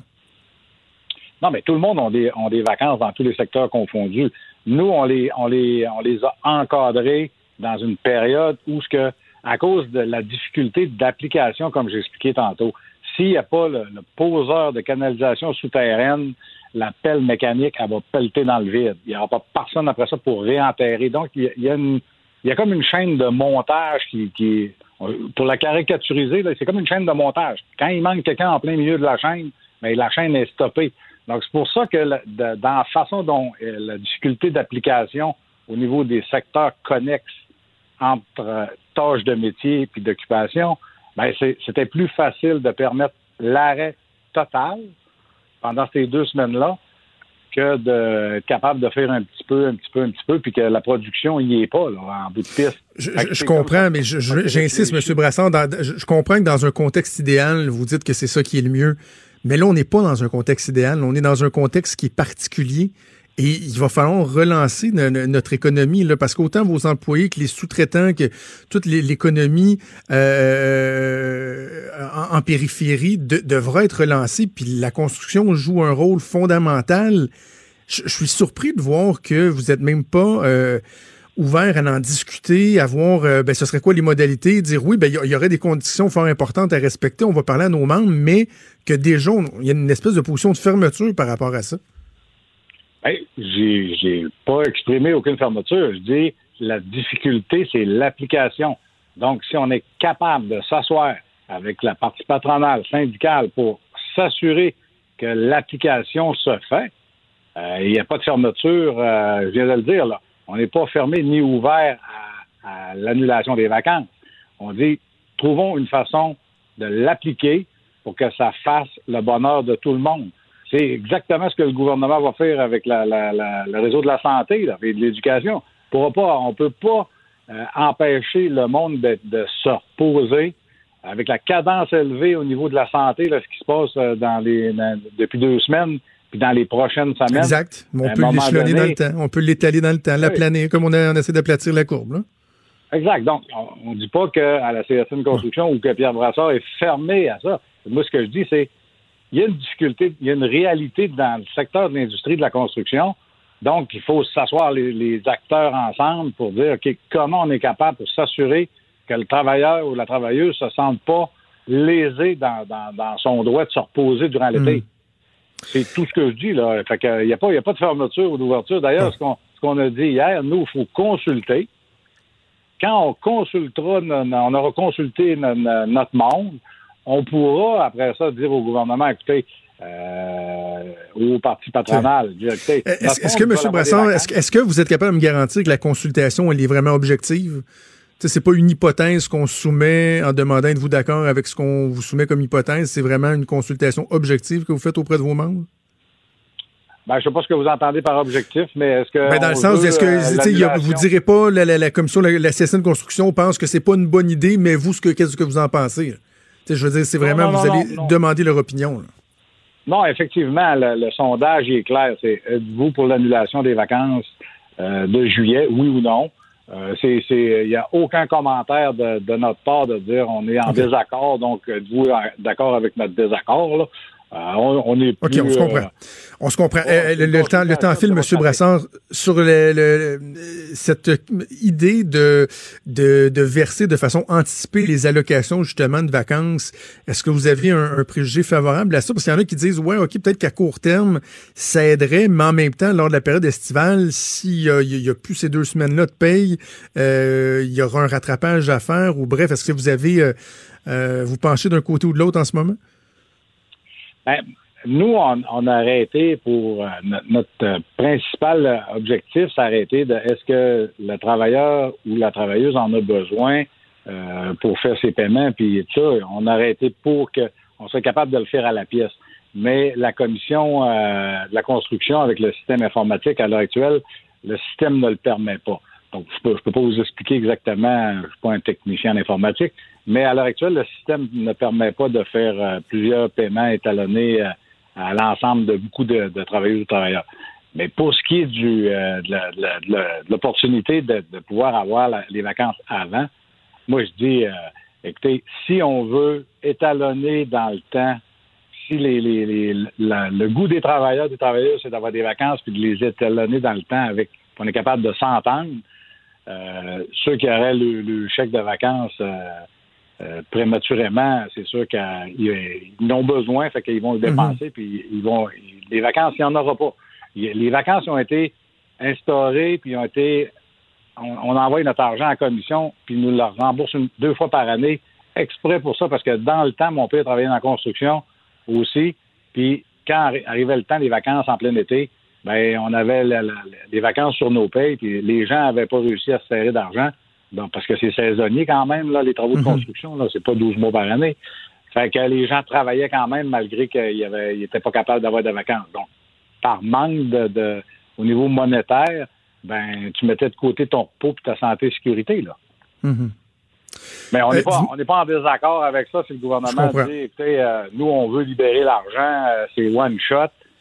Non, mais tout le monde ont des vacances dans tous les secteurs confondus. Nous, on les a encadrés dans une période où à cause de la difficulté d'application, comme j'ai expliqué tantôt, s'il n'y a pas le poseur de canalisation souterraine, la pelle mécanique, elle va pelleter dans le vide. Il n'y aura pas personne après ça pour réenterrer. Donc, il y a comme une chaîne de montage qui pour la caricaturiser, là, c'est comme une chaîne de montage. Quand il manque quelqu'un en plein milieu de la chaîne, la chaîne est stoppée. Donc, c'est pour ça que dans la façon dont la difficulté d'application au niveau des secteurs connexes entre tâches de métier et d'occupation, c'était plus facile de permettre l'arrêt total pendant ces 2 semaines-là que d'être capable de faire un petit peu, puis que la production n'y est pas, là, en bout de piste. Je comprends, mais j'insiste, M. Brassard, je comprends que dans un contexte idéal, vous dites que c'est ça qui est le mieux. Mais là, on n'est pas dans un contexte idéal. On est dans un contexte qui est particulier. Et il va falloir relancer notre économie, là, parce qu'autant vos employés que les sous-traitants, que toute l'économie en périphérie devra être relancée, puis la construction joue un rôle fondamental. Je suis surpris de voir que vous n'êtes même pas ouvert à en discuter, à voir ce serait quoi les modalités, dire oui, il y aurait des conditions fort importantes à respecter, on va parler à nos membres, mais que déjà, il y a une espèce de position de fermeture par rapport à ça. J'ai pas exprimé aucune fermeture. Je dis la difficulté, c'est l'application. Donc, si on est capable de s'asseoir avec la partie patronale, syndicale, pour s'assurer que l'application se fait, il n'y a pas de fermeture, je viens de le dire, là. On n'est pas fermé ni ouvert à l'annulation des vacances. On dit, trouvons une façon de l'appliquer pour que ça fasse le bonheur de tout le monde. C'est exactement ce que le gouvernement va faire avec le réseau de la santé là, et de l'éducation. On ne peut pas empêcher le monde de se reposer avec la cadence élevée au niveau de la santé, là, ce qui se passe depuis 2 semaines, puis dans les prochaines semaines. Exact. On peut l'échelonner dans le temps. On peut l'étaler dans le temps, l'aplaner, comme on essaie d'aplatir la courbe. Là. Exact. Donc, on ne dit pas qu'à la CSN Construction ou que Pierre Brassard est fermé à ça. Moi, ce que je dis, c'est il y a une difficulté, il y a une réalité dans le secteur de l'industrie de la construction. Donc, il faut s'asseoir les acteurs ensemble pour dire, OK, comment on est capable pour s'assurer que le travailleur ou la travailleuse ne se sente pas lésé dans son droit de se reposer durant l'été. C'est tout ce que je dis, là. Fait que, il n'y a pas de fermeture ou d'ouverture. D'ailleurs, ce qu'on a dit hier, nous, il faut consulter. Quand on consultera, on aura consulté notre monde, on pourra, après ça, dire au gouvernement, écoutez, ou au parti patronal, dire, écoutez... Est-ce que, M. Brassard, est-ce que vous êtes capable de me garantir que la consultation, elle est vraiment objective? C'est pas une hypothèse qu'on soumet en demandant êtes-vous d'accord avec ce qu'on vous soumet comme hypothèse. C'est vraiment une consultation objective que vous faites auprès de vos membres? Je sais pas ce que vous entendez par objectif, mais est-ce que... dans le sens, est-ce que vous direz pas, la commission, la CSN Construction pense que c'est pas une bonne idée, mais vous, qu'est-ce que vous en pensez? Je veux dire, c'est vraiment, vous allez demander leur opinion. Là. Non, effectivement, le sondage est clair. C'est êtes-vous pour l'annulation des vacances de juillet, oui ou non? Il n'y a aucun commentaire de notre part de dire on est en désaccord, donc êtes-vous d'accord avec notre désaccord, là? On est plus, OK, on se comprend. On se comprend. Le temps file, M. Brassard, sur cette idée de verser de façon anticipée les allocations, justement, de vacances. Est-ce que vous aviez un préjugé favorable à ça? Parce qu'il y en a qui disent, ouais, OK, peut-être qu'à court terme, ça aiderait, mais en même temps, lors de la période estivale, s'il y a plus ces 2 semaines-là de paye, il y aura un rattrapage à faire, ou bref, est-ce que vous avez, vous penchez d'un côté ou de l'autre en ce moment? Nous, on a arrêté pour notre principal objectif, c'est arrêter de est-ce que le travailleur ou la travailleuse en a besoin pour faire ses paiements, puis tout ça. On a arrêté pour qu'on soit capable de le faire à la pièce. Mais la commission de la construction avec le système informatique à l'heure actuelle, le système ne le permet pas. Donc, je peux pas vous expliquer exactement, je suis pas un technicien en informatique, mais à l'heure actuelle, le système ne permet pas de faire plusieurs paiements étalonnés à l'ensemble de beaucoup de travailleuses ou travailleurs. Mais pour ce qui est de l'opportunité de pouvoir avoir les vacances avant, moi, je dis, écoutez, si on veut étalonner dans le temps, si le goût des travailleurs, des travailleuses, c'est d'avoir des vacances puis de les étalonner dans le temps avec, qu'on est capable de s'entendre, ceux qui auraient le chèque de vacances prématurément, c'est sûr qu'ils en ont besoin, fait qu'ils vont le dépenser, puis les vacances, il n'y en aura pas. Les vacances ont été instaurées, puis on envoie notre argent en commission, puis nous le remboursent 2 fois par année, exprès pour ça, parce que dans le temps, mon père travaillait dans la construction aussi, puis quand arrivait le temps des vacances en plein été, on avait les vacances sur nos payes, puis les gens n'avaient pas réussi à se serrer d'argent, donc, parce que c'est saisonnier quand même, là, les travaux de construction, là, c'est pas 12 mois par année. Fait que les gens travaillaient quand même malgré qu'ils n'étaient pas capables d'avoir de vacances. Donc, par manque au niveau monétaire, tu mettais de côté ton repos et ta santé et sécurité, là. Mais on n'est pas en désaccord avec ça si le gouvernement dit, écoutez, nous, on veut libérer l'argent, c'est one shot.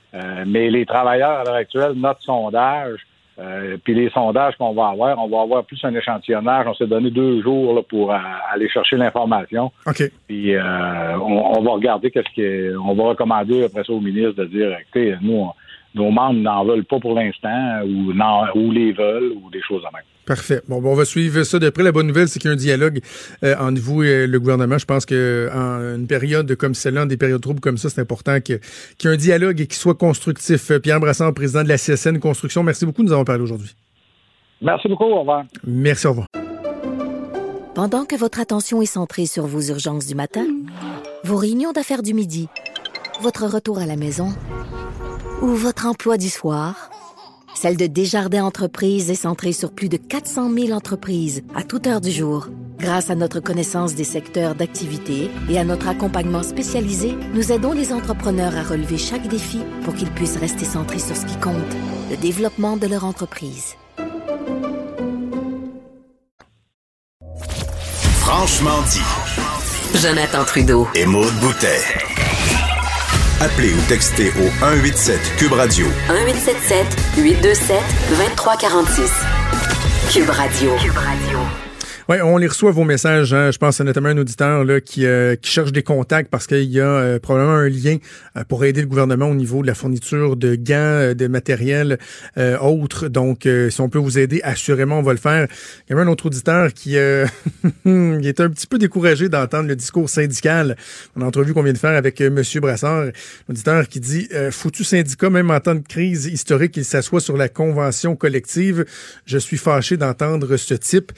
Mais les travailleurs, à l'heure actuelle, notre sondage, puis les sondages qu'on va avoir plus un échantillonnage. On s'est donné 2 jours là, pour aller chercher l'information. OK. Puis on va regarder on va recommander après ça au ministre de dire, écoutez, nous, nos membres n'en veulent pas pour l'instant ou les veulent ou des choses à même. Parfait. Bon, on va suivre ça de près. La bonne nouvelle, c'est qu'il y a un dialogue entre vous et le gouvernement. Je pense qu'en une période comme celle-là, des périodes troubles comme ça, c'est important qu'il y ait un dialogue et qu'il soit constructif. Pierre Brassard, président de la CSN Construction, merci beaucoup de nous avoir parlé aujourd'hui. Merci beaucoup. Au revoir. Merci, au revoir. Pendant que votre attention est centrée sur vos urgences du matin, vos réunions d'affaires du midi, votre retour à la maison ou votre emploi du soir, celle de Desjardins Entreprises est centrée sur plus de 400 000 entreprises à toute heure du jour. Grâce à notre connaissance des secteurs d'activité et à notre accompagnement spécialisé, nous aidons les entrepreneurs à relever chaque défi pour qu'ils puissent rester centrés sur ce qui compte, le développement de leur entreprise. Franchement dit. Jonathan Trudeau. Et Maude Boutet. Appelez ou textez au 187 Cube Radio. 1877 827 2346. Cube Radio. Cube Radio. Oui, on les reçoit vos messages. Hein. Je pense à notamment un auditeur là, qui cherche des contacts parce qu'il y a probablement un lien pour aider le gouvernement au niveau de la fourniture de gants, de matériel autres. Donc, si on peut vous aider, assurément, on va le faire. Il y avait un autre auditeur qui il était un petit peu découragé d'entendre le discours syndical. Une entrevue qu'on vient de faire avec M. Brassard, l'auditeur qui dit foutu syndicat, même en temps de crise historique, il s'assoit sur la convention collective. Je suis fâché d'entendre ce type.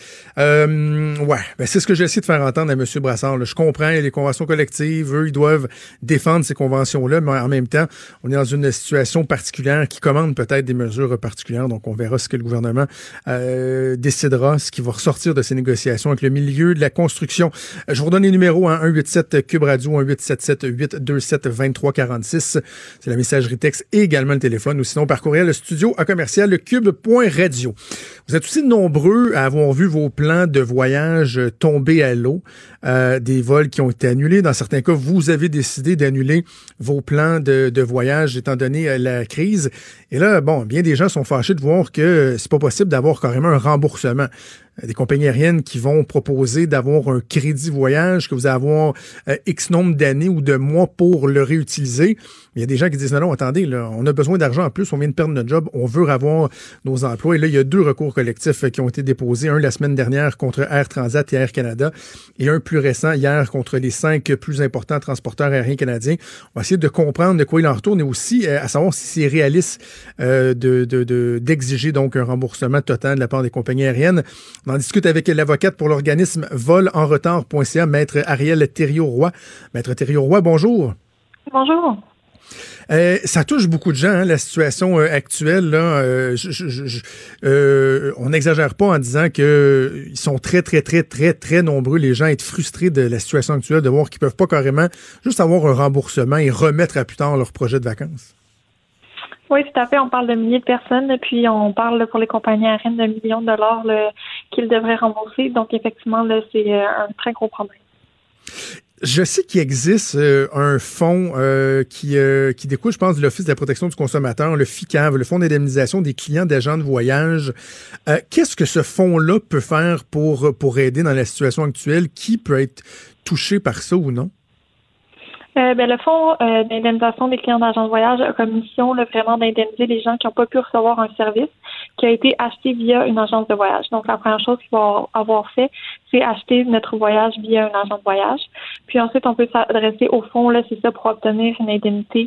C'est ce que j'ai essayé de faire entendre à M. Brassard. Là. Je comprends, il y a les conventions collectives, eux, ils doivent défendre ces conventions-là, mais en même temps, on est dans une situation particulière qui commande peut-être des mesures particulières. Donc, on verra ce que le gouvernement décidera, ce qui va ressortir de ces négociations avec le milieu de la construction. Je vous redonne les numéros, hein, 187 Cube Radio, 1877 827 2346. C'est la messagerie texte et également le téléphone, ou sinon par courriel, le studio à commercial cube.radio. Vous êtes aussi nombreux à avoir vu vos plans de voyage tomber à l'eau, des vols qui ont été annulés. Dans certains cas, vous avez décidé d'annuler vos plans de voyage étant donné la crise. Et là, bien des gens sont fâchés de voir que c'est pas possible d'avoir carrément un remboursement. Des compagnies aériennes qui vont proposer d'avoir un crédit voyage, que vous allez avoir X nombre d'années ou de mois pour le réutiliser. Mais il y a des gens qui disent non, attendez, là, on a besoin d'argent en plus, on vient de perdre notre job, on veut avoir nos emplois. Et là, il y a 2 recours collectifs qui ont été déposés. Un la semaine dernière contre Air Transat et Air Canada et un plus récent hier contre les 5 plus importants transporteurs aériens canadiens. On va essayer de comprendre de quoi il en retourne et aussi à savoir si c'est réaliste d'exiger donc un remboursement total de la part des compagnies aériennes. On en discute avec l'avocate pour l'organisme volenretard.ca, Maître Ariel Thériault-Roy. Maître Thériault-Roy, bonjour. Bonjour. Ça touche beaucoup de gens, hein, la situation actuelle. Là, on n'exagère pas en disant que ils sont très, très, très, très, très nombreux, les gens, à être frustrés de la situation actuelle, de voir qu'ils peuvent pas carrément juste avoir un remboursement et remettre à plus tard leur projet de vacances. Oui, tout à fait. On parle de milliers de personnes, puis on parle pour les compagnies aériennes de millions de dollars qu'ils devraient rembourser. Donc, effectivement, là, c'est un très gros problème. Je sais qu'il existe un fonds qui découle, je pense, de l'Office de la protection du consommateur, le FICAV, le Fonds d'indemnisation des clients d'agents de voyage. Qu'est-ce que ce fonds-là peut faire pour aider dans la situation actuelle? Qui peut être touché par ça ou non? Le Fonds d'indemnisation des clients d'agents de voyage a comme mission vraiment d'indemniser les gens qui n'ont pas pu recevoir un service qui a été acheté via une agence de voyage. Donc, la première chose qu'il va avoir fait, c'est acheter notre voyage via un agent de voyage. Puis ensuite, on peut s'adresser au fonds, là, c'est ça, pour obtenir une indemnité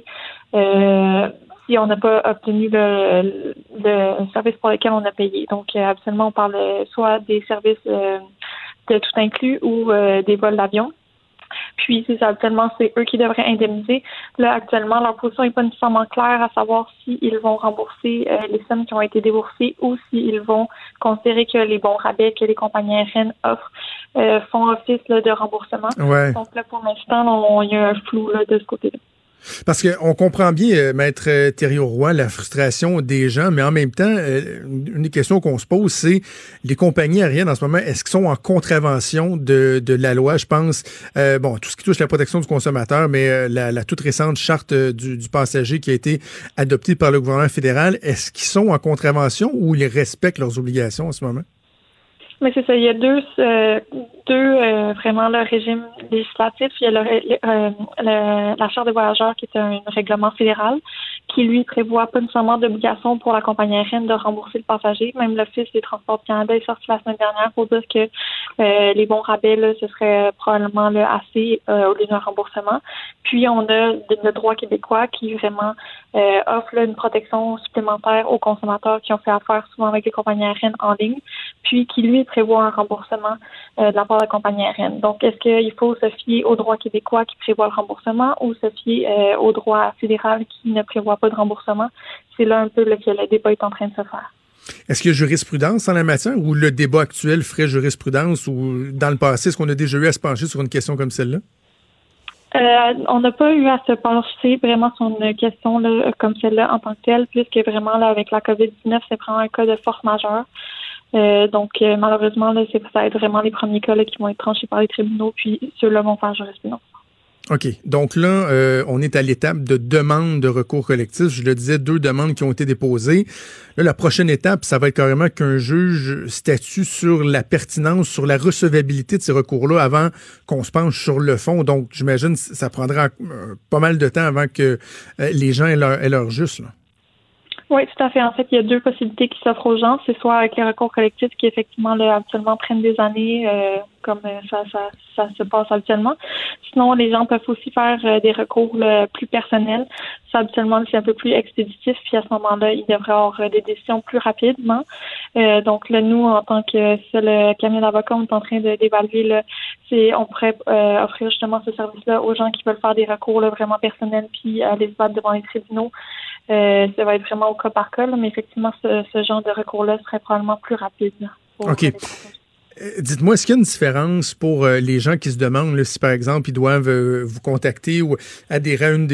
si on n'a pas obtenu le service pour lequel on a payé. Donc, absolument, on parle soit des services de tout inclus ou des vols d'avion. Puis, c'est ça, actuellement, c'est eux qui devraient indemniser. Là, actuellement, leur position n'est pas nécessairement claire à savoir s'ils vont rembourser les sommes qui ont été déboursées ou s'ils vont considérer que les bons rabais que les compagnies aériennes offrent font office là, de remboursement. Ouais. Donc, là, pour l'instant, il y a un flou là, de ce côté-là. Parce qu'on comprend bien, Maître Thériault-Roy, la frustration des gens, mais en même temps, une des questions qu'on se pose, c'est les compagnies aériennes en ce moment, est-ce qu'ils sont en contravention de la loi? Je pense, tout ce qui touche la protection du consommateur, mais la toute récente charte du passager qui a été adoptée par le gouvernement fédéral, est-ce qu'ils sont en contravention ou ils respectent leurs obligations en ce moment? Mais c'est ça, il y a deux vraiment le régime législatif. Il y a la Charte des voyageurs qui est un règlement fédéral qui, lui, prévoit pas nécessairement d'obligation pour la compagnie aérienne de rembourser le passager. Même l'Office des transports du Canada est sorti la semaine dernière pour dire que les bons rabais, là, ce serait probablement assez au lieu d'un remboursement. Puis, on a le droit québécois qui vraiment offre là, une protection supplémentaire aux consommateurs qui ont fait affaire souvent avec les compagnies aériennes en ligne, puis qui, lui, prévoit un remboursement de la part de la compagnie aérienne. Donc, est-ce qu'il faut se fier au droit québécois qui prévoit le remboursement ou se fier au droit fédéral qui ne prévoit pas de remboursement? C'est là un peu que le débat est en train de se faire. Est-ce qu'il y a jurisprudence en la matière ou le débat actuel ferait jurisprudence ou dans le passé, est-ce qu'on a déjà eu à se pencher sur une question comme celle-là? On n'a pas eu à se pencher vraiment sur une question là, comme celle-là en tant que telle, puisque vraiment là, avec la COVID-19, c'est vraiment un cas de force majeure. Donc, malheureusement, là, ça va être vraiment les premiers cas là, qui vont être tranchés par les tribunaux, puis ceux-là vont faire jurisprudence. OK. Donc là, on est à l'étape de demande de recours collectif. Je le disais, 2 demandes qui ont été déposées. Là, la prochaine étape, ça va être carrément qu'un juge statue sur la pertinence, sur la recevabilité de ces recours-là avant qu'on se penche sur le fond. Donc, j'imagine que ça prendra pas mal de temps avant que les gens aient leur juste, là. Oui, tout à fait. En fait, il y a 2 possibilités qui s'offrent aux gens. C'est soit avec les recours collectifs qui, effectivement, là, habituellement prennent des années, comme ça se passe habituellement. Sinon, les gens peuvent aussi faire des recours là, plus personnels. Ça, habituellement, c'est un peu plus expéditif. Puis à ce moment-là, il devrait y avoir des décisions plus rapidement. Donc là, nous, en tant que seul cabinet d'avocats, on est en train d'évaluer là, on pourrait offrir justement ce service-là aux gens qui veulent faire des recours là, vraiment personnels puis aller se battre devant les tribunaux. Ça va être vraiment au cas par cas, là, mais effectivement, ce genre de recours-là serait probablement plus rapide. OK. Dites-moi, est-ce qu'il y a une différence pour les gens qui se demandent là, si, par exemple, ils doivent vous contacter ou adhérer à une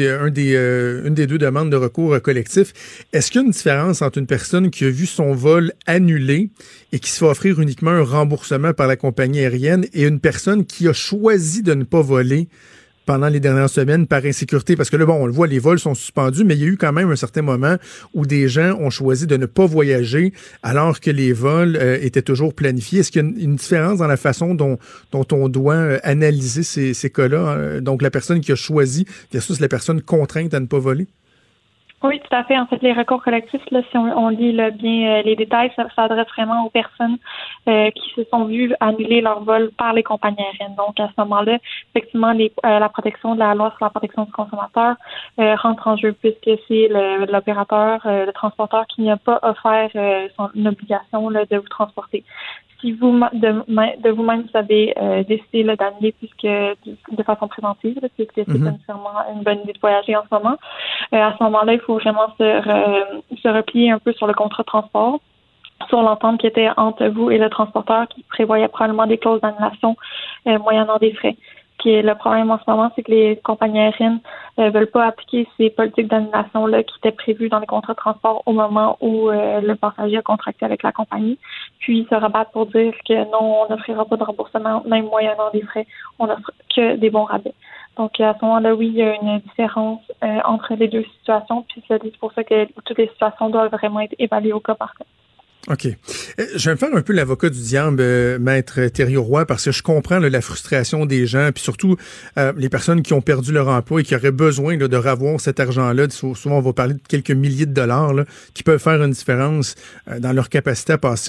des 2 demandes de recours collectif? Est-ce qu'il y a une différence entre une personne qui a vu son vol annulé et qui se fait offrir uniquement un remboursement par la compagnie aérienne et une personne qui a choisi de ne pas voler pendant les dernières semaines par insécurité? Parce que là, on le voit, les vols sont suspendus, mais il y a eu quand même un certain moment où des gens ont choisi de ne pas voyager alors que les vols étaient toujours planifiés. Est-ce qu'il y a une différence dans la façon dont on doit analyser ces cas-là? Donc, la personne qui a choisi versus la personne contrainte à ne pas voler? Oui, tout à fait. En fait, les recours collectifs, là, si on lit là, bien les détails, ça s'adresse vraiment aux personnes qui se sont vues annuler leur vol par les compagnies aériennes. Donc, à ce moment-là, effectivement, la protection de la loi sur la protection du consommateur rentre en jeu puisque c'est l'opérateur, le transporteur qui n'a pas offert son obligation là, de vous transporter. Si vous, de vous-même, vous avez décidé là, d'annuler puisque de façon préventive, là, puisque c'est pas nécessairement une bonne idée de voyager en ce moment, à ce moment-là, il faut vraiment se replier un peu sur le contrat de transport, sur l'entente qui était entre vous et le transporteur qui prévoyait probablement des clauses d'annulation moyennant des frais. Le problème en ce moment, c'est que les compagnies aériennes veulent pas appliquer ces politiques d'annulation-là qui étaient prévues dans les contrats de transport au moment où le passager a contracté avec la compagnie. Puis ils se rabattent pour dire que non, on n'offrira pas de remboursement, même moyennant des frais, on n'offre que des bons rabais. Donc à ce moment-là, oui, il y a une différence entre les 2 situations, puis c'est pour ça que toutes les situations doivent vraiment être évaluées au cas par cas. OK. Je vais me faire un peu l'avocat du diable, Maître Thériault-Roy, parce que je comprends là, la frustration des gens, puis surtout les personnes qui ont perdu leur emploi et qui auraient besoin là, de revoir cet argent-là. Souvent, on va parler de quelques milliers de dollars là, qui peuvent faire une différence dans leur capacité à passer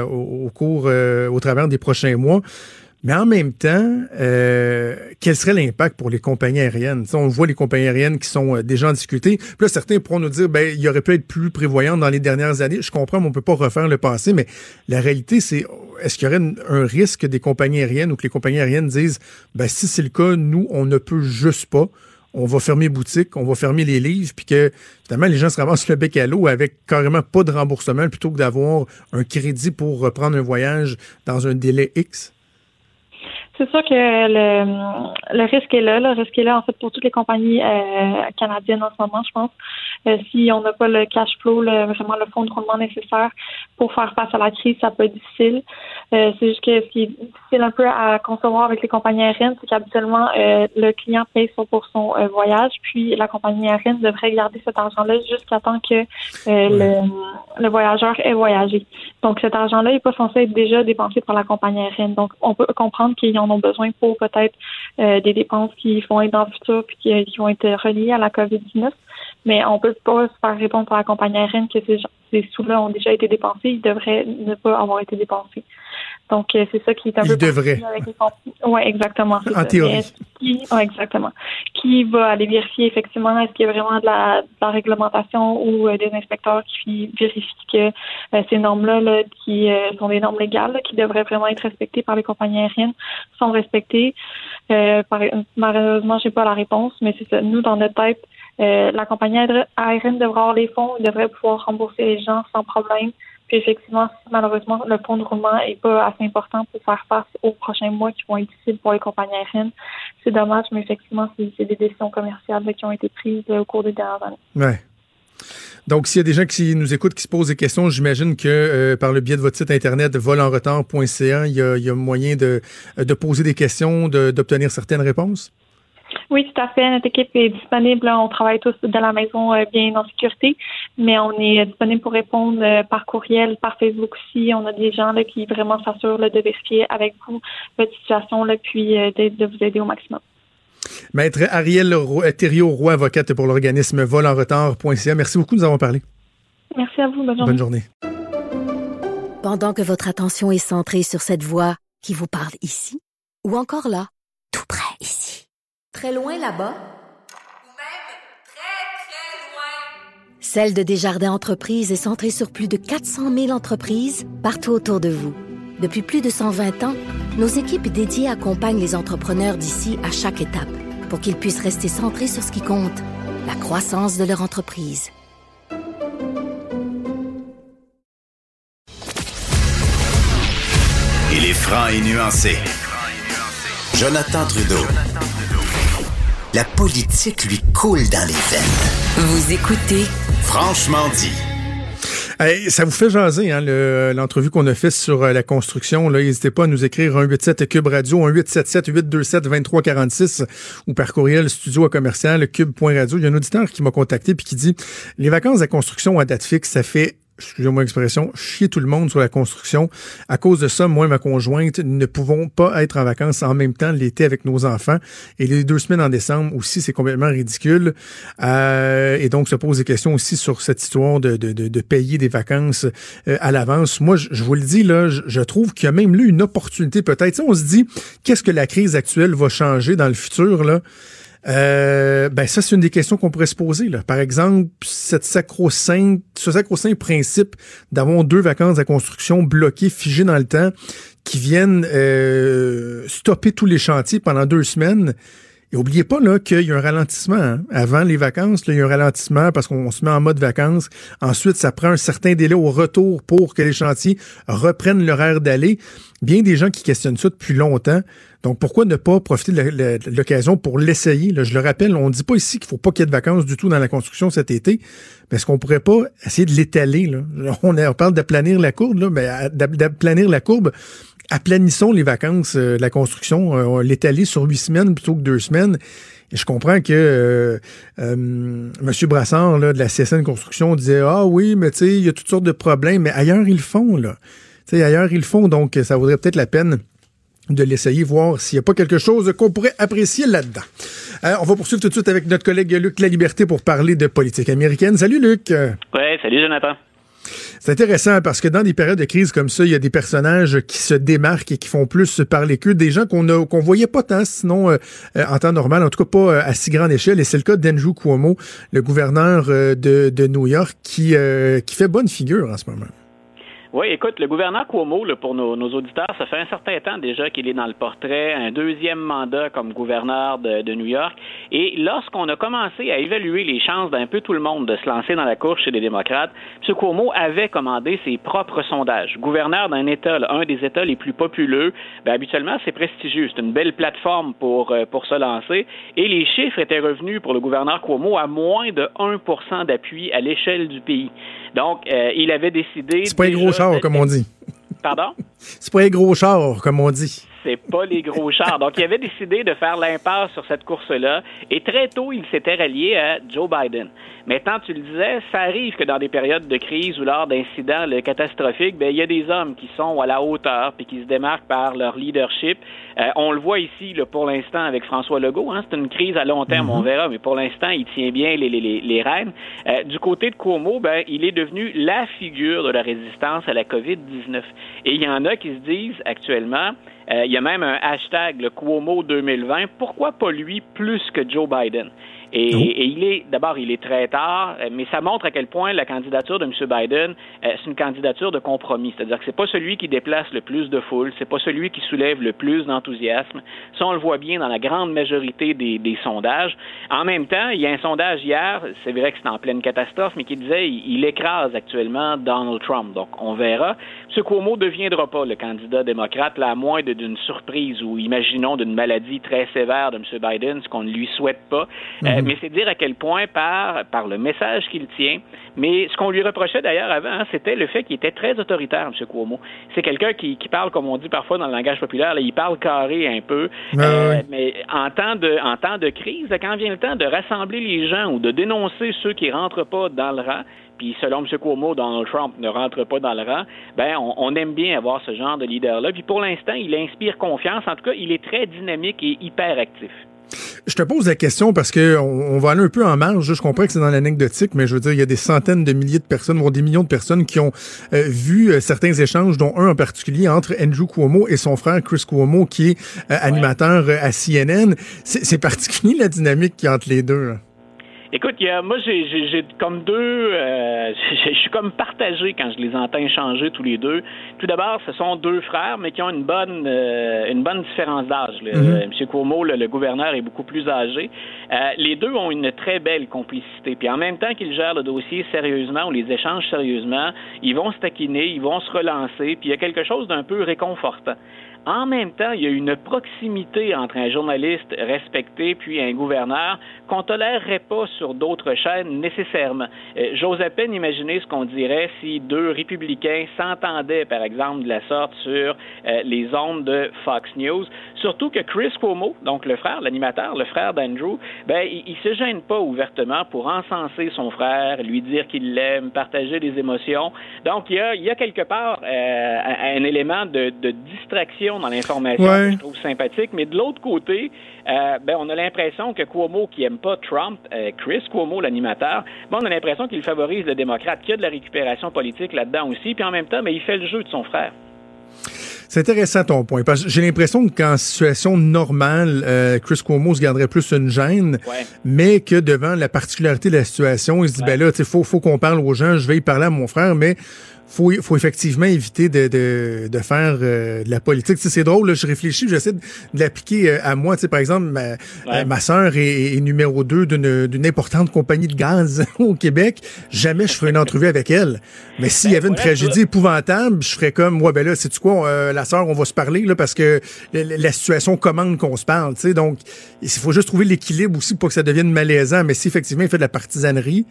au travers des prochains mois. Mais en même temps, quel serait l'impact pour les compagnies aériennes? T'sais, on voit les compagnies aériennes qui sont déjà en difficulté. Puis là, certains pourront nous dire, il aurait pu être plus prévoyant dans les dernières années. Je comprends, mais on peut pas refaire le passé. Mais la réalité, c'est, est-ce qu'il y aurait un risque des compagnies aériennes ou que les compagnies aériennes disent, si c'est le cas, nous, on ne peut juste pas. On va fermer boutique, on va fermer les livres, puis que finalement, les gens se ramassent le bec à l'eau avec carrément pas de remboursement plutôt que d'avoir un crédit pour reprendre un voyage dans un délai X? C'est sûr que le risque est là. Le risque est là, en fait, pour toutes les compagnies canadiennes en ce moment, je pense. Si on n'a pas le cash flow, vraiment le fonds de roulement nécessaire pour faire face à la crise, ça peut être difficile. C'est juste que ce qui est difficile un peu à concevoir avec les compagnies aériennes, c'est qu'habituellement, le client paye pour son voyage, puis la compagnie aérienne devrait garder cet argent-là jusqu'à temps que le voyageur ait voyagé. Donc, cet argent-là n'est pas censé être déjà dépensé par la compagnie aérienne. Donc, on peut comprendre qu'ils en ont besoin pour peut-être des dépenses qui vont être dans le futur puis qui vont être reliées à la COVID-19. Mais on peut pas se faire répondre par la compagnie aérienne que ces sous-là ont déjà été dépensés. Ils devraient ne pas avoir été dépensés. Donc, c'est ça qui est un peu... Ils devraient. Oui, exactement. En théorie. Exactement. Qui va aller vérifier, effectivement, est-ce qu'il y a vraiment de la réglementation ou des inspecteurs qui vérifient que ces normes-là qui sont des normes légales, qui devraient vraiment être respectées par les compagnies aériennes, sont respectées. Malheureusement, j'ai pas la réponse, mais c'est ça. Nous, dans notre tête, la compagnie aérienne devrait avoir les fonds, ils devraient pouvoir rembourser les gens sans problème. Puis effectivement, si malheureusement le fonds de roulement n'est pas assez important pour faire face aux prochains mois qui vont être difficiles pour les compagnies aériennes, c'est dommage, mais effectivement, c'est des décisions commerciales qui ont été prises au cours des dernières années. Ouais. Donc, s'il y a des gens qui nous écoutent, qui se posent des questions, j'imagine que par le biais de votre site internet volenretard.ca, il y a moyen de poser des questions, d'obtenir certaines réponses? Oui, tout à fait. Notre équipe est disponible. On travaille tous de la maison bien en sécurité, mais on est disponible pour répondre par courriel, par Facebook aussi. On a des gens qui vraiment s'assurent de vérifier avec vous votre situation, puis de vous aider au maximum. Maître Arielle Thériault-Roy, avocate pour l'organisme volenretard.ca. Merci beaucoup de nous avoir parlé. Merci à vous. Bonne journée. Pendant que votre attention est centrée sur cette voix qui vous parle ici, ou encore là, tout près ici, très loin là-bas, ou même très, très loin, Celle de Desjardins Entreprises est centrée sur plus de 400 000 entreprises partout autour de vous. Depuis plus de 120 ans, nos équipes dédiées accompagnent les entrepreneurs d'ici à chaque étape pour qu'ils puissent rester centrés sur ce qui compte, la croissance de leur entreprise. Il est franc et nuancé. Jonathan Trudeau. La politique lui coule dans les veines. Vous écoutez Franchement dit. Hey, ça vous fait jaser, hein, l'entrevue qu'on a faite sur la construction. Là, n'hésitez pas à nous écrire 187 Cube Radio, 1877-827-2346 ou par courriel studio@cube.radio. Il y a un auditeur qui m'a contacté puis qui dit « Les vacances de la construction à date fixe, ça fait... » excusez-moi l'expression, chier tout le monde sur la construction. À cause de ça, moi et ma conjointe ne pouvons pas être en vacances en même temps l'été avec nos enfants. Et les 2 semaines en décembre aussi, c'est complètement ridicule. Et donc, se pose des questions aussi sur cette histoire de payer des vacances à l'avance. Moi, je vous le dis, là, je trouve qu'il y a même eu une opportunité peut-être. Tu sais, on se dit, qu'est-ce que la crise actuelle va changer dans le futur, là? Ça, c'est une des questions qu'on pourrait se poser, là. Par exemple, ce sacro-saint principe d'avoir 2 vacances à construction bloquées, figées dans le temps, qui viennent stopper tous les chantiers pendant 2 semaines. Et oubliez pas là qu'il y a un ralentissement. Hein. Avant les vacances, là, il y a un ralentissement parce qu'on se met en mode vacances. Ensuite, ça prend un certain délai au retour pour que les chantiers reprennent leur aire d'aller. Bien des gens qui questionnent ça depuis longtemps. Donc, pourquoi ne pas profiter de l'occasion pour l'essayer? Là, je le rappelle, on ne dit pas ici qu'il ne faut pas qu'il y ait de vacances du tout dans la construction cet été. Mais est-ce qu'on pourrait pas essayer de l'étaler? Là? On parle d'aplanir la courbe, là, mais d'aplanir la courbe. Aplanissons les vacances de la construction, l'étaler sur 8 semaines plutôt que 2 semaines. Et je comprends que M. Brassard là, de la CSN Construction disait « Ah oui, mais tu sais, il y a toutes sortes de problèmes. » Mais ailleurs, ils le font, là. Tu sais, ailleurs, ils le font. Donc, ça vaudrait peut-être la peine de l'essayer, voir s'il n'y a pas quelque chose qu'on pourrait apprécier là-dedans. On va poursuivre tout de suite avec notre collègue Luc Laliberté pour parler de politique américaine. Salut, Luc! Ouais, salut, Jonathan. C'est intéressant parce que dans des périodes de crise comme ça, il y a des personnages qui se démarquent et qui font plus parler qu'eux, des gens qu'on voyait pas tant, sinon en temps normal, en tout cas pas à si grande échelle. Et c'est le cas d'Andrew Cuomo, le gouverneur de New York, qui fait bonne figure en ce moment. Oui, écoute, le gouverneur Cuomo, là, pour nos auditeurs, ça fait un certain temps déjà qu'il est dans le portrait, un deuxième mandat comme gouverneur de New York. Et lorsqu'on a commencé à évaluer les chances d'un peu tout le monde de se lancer dans la course chez les démocrates, M. Cuomo avait commandé ses propres sondages. Gouverneur d'un État, là, un des États les plus populeux, habituellement, c'est prestigieux. C'est une belle plateforme pour se lancer. Et les chiffres étaient revenus pour le gouverneur Cuomo à moins de 1% d'appui à l'échelle du pays. Donc, il avait décidé... C'est pas un gros char, comme on dit. Pardon? C'est pas un gros char, comme on dit. C'est pas les gros chars. Donc, il avait décidé de faire l'impasse sur cette course-là. Et très tôt, il s'était rallié à Joe Biden. Maintenant, tu le disais, ça arrive que dans des périodes de crise ou lors d'incidents catastrophiques, il y a des hommes qui sont à la hauteur puis qui se démarquent par leur leadership. On le voit ici, là, pour l'instant, avec François Legault. C'est une crise à long terme, on verra, mais pour l'instant, il tient bien les rênes. Du côté de Cuomo, il est devenu la figure de la résistance à la COVID-19. Et il y en a qui se disent actuellement... il y a même un hashtag, le Cuomo 2020. Pourquoi pas lui plus que Joe Biden? Et il est très tard, mais ça montre à quel point la candidature de M. Biden, c'est une candidature de compromis. C'est-à-dire que c'est pas celui qui déplace le plus de foule, c'est pas celui qui soulève le plus d'enthousiasme. Ça, on le voit bien dans la grande majorité des sondages. En même temps, il y a un sondage hier, c'est vrai que c'est en pleine catastrophe, mais qui disait il écrase actuellement Donald Trump. Donc, on verra. M. Cuomo ne deviendra pas le candidat démocrate, là, à moins d'une surprise ou, imaginons, d'une maladie très sévère de M. Biden, ce qu'on ne lui souhaite pas. Mais c'est dire à quel point, par le message qu'il tient, mais ce qu'on lui reprochait d'ailleurs avant, c'était le fait qu'il était très autoritaire, M. Cuomo. C'est quelqu'un qui parle, comme on dit parfois dans le langage populaire, là, il parle carré un peu, mais en temps de crise, là, quand vient le temps de rassembler les gens ou de dénoncer ceux qui rentrent pas dans le rang, puis selon M. Cuomo, Donald Trump ne rentre pas dans le rang, on aime bien avoir ce genre de leader-là. Puis pour l'instant, il inspire confiance. En tout cas, il est très dynamique et hyper actif. Je te pose la question parce que on va aller un peu en marge. Je comprends que c'est dans l'anecdotique, mais je veux dire, il y a des centaines de milliers de personnes, voire des millions de personnes qui ont vu certains échanges, dont un en particulier entre Andrew Cuomo et son frère Chris Cuomo, qui est animateur à CNN. C'est particulier la dynamique qu'il y a entre les deux, là. Écoute, moi, j'ai comme deux... je suis comme partagé quand je les entends échanger tous les deux. Tout d'abord, ce sont deux frères, mais qui ont une bonne différence d'âge. M. Cuomo, le gouverneur, est beaucoup plus âgé. Les deux ont une très belle complicité. Puis en même temps qu'ils gèrent le dossier sérieusement ou les échanges sérieusement, ils vont se taquiner, ils vont se relancer, puis il y a quelque chose d'un peu réconfortant. En même temps, il y a une proximité entre un journaliste respecté puis un gouverneur qu'on tolérerait pas sur d'autres chaînes nécessairement. J'ose à peine imaginer ce qu'on dirait si deux républicains s'entendaient, par exemple, de la sorte sur les ondes de Fox News. Surtout que Chris Cuomo, donc le frère, l'animateur, le frère d'Andrew, il se gêne pas ouvertement pour encenser son frère, lui dire qu'il l'aime, partager des émotions. Donc, il y a quelque part un élément de distraction dans l'information que je trouve sympathique, mais de l'autre côté, on a l'impression que Cuomo, qui aime pas Trump, Chris Cuomo, l'animateur, on a l'impression qu'il favorise le démocrate, qu'il y a de la récupération politique là-dedans aussi, puis en même temps, il fait le jeu de son frère. C'est intéressant ton point, parce que j'ai l'impression qu'en situation normale, Chris Cuomo se garderait plus une gêne, mais que devant la particularité de la situation, il se dit, faut qu'on parle aux gens, je vais y parler à mon frère, mais faut effectivement éviter de faire de la politique. Tu sais, c'est drôle, là, je réfléchis, j'essaie de l'appliquer à moi. Tu sais, par exemple, ma sœur est numéro 2 d'une importante compagnie de gaz au Québec. Jamais je ferais une entrevue avec elle. Mais s'il y avait une tragédie épouvantable, je ferais comme, là, sais-tu quoi, la sœur, on va se parler, là, parce que la situation commande qu'on se parle, tu sais. Donc, il faut juste trouver l'équilibre aussi pour que ça devienne malaisant. Mais si effectivement il fait de la partisanerie,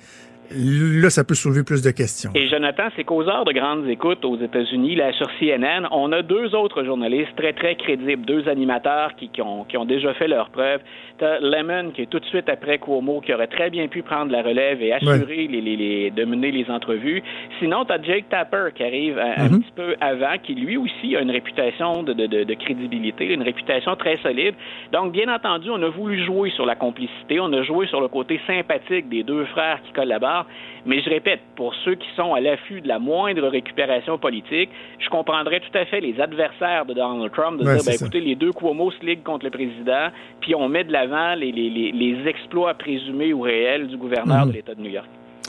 là, ça peut soulever plus de questions. Et Jonathan, c'est qu'aux heures de grandes écoutes aux États-Unis, là, sur CNN, on a deux autres journalistes très, très crédibles, deux animateurs qui ont déjà fait leurs preuves. T'as Lemon, qui est tout de suite après Cuomo, qui aurait très bien pu prendre la relève et assurer de mener les entrevues. Sinon, t'as Jake Tapper, qui arrive un petit peu avant, qui lui aussi a une réputation de crédibilité, une réputation très solide. Donc, bien entendu, on a voulu jouer sur la complicité, on a joué sur le côté sympathique des deux frères qui collaborent. Mais je répète, pour ceux qui sont à l'affût de la moindre récupération politique, je comprendrais tout à fait les adversaires de Donald Trump de dire, écoutez, les deux Cuomo se liguent contre le président, puis on met de l'avant les exploits présumés ou réels du gouverneur de l'État de New York.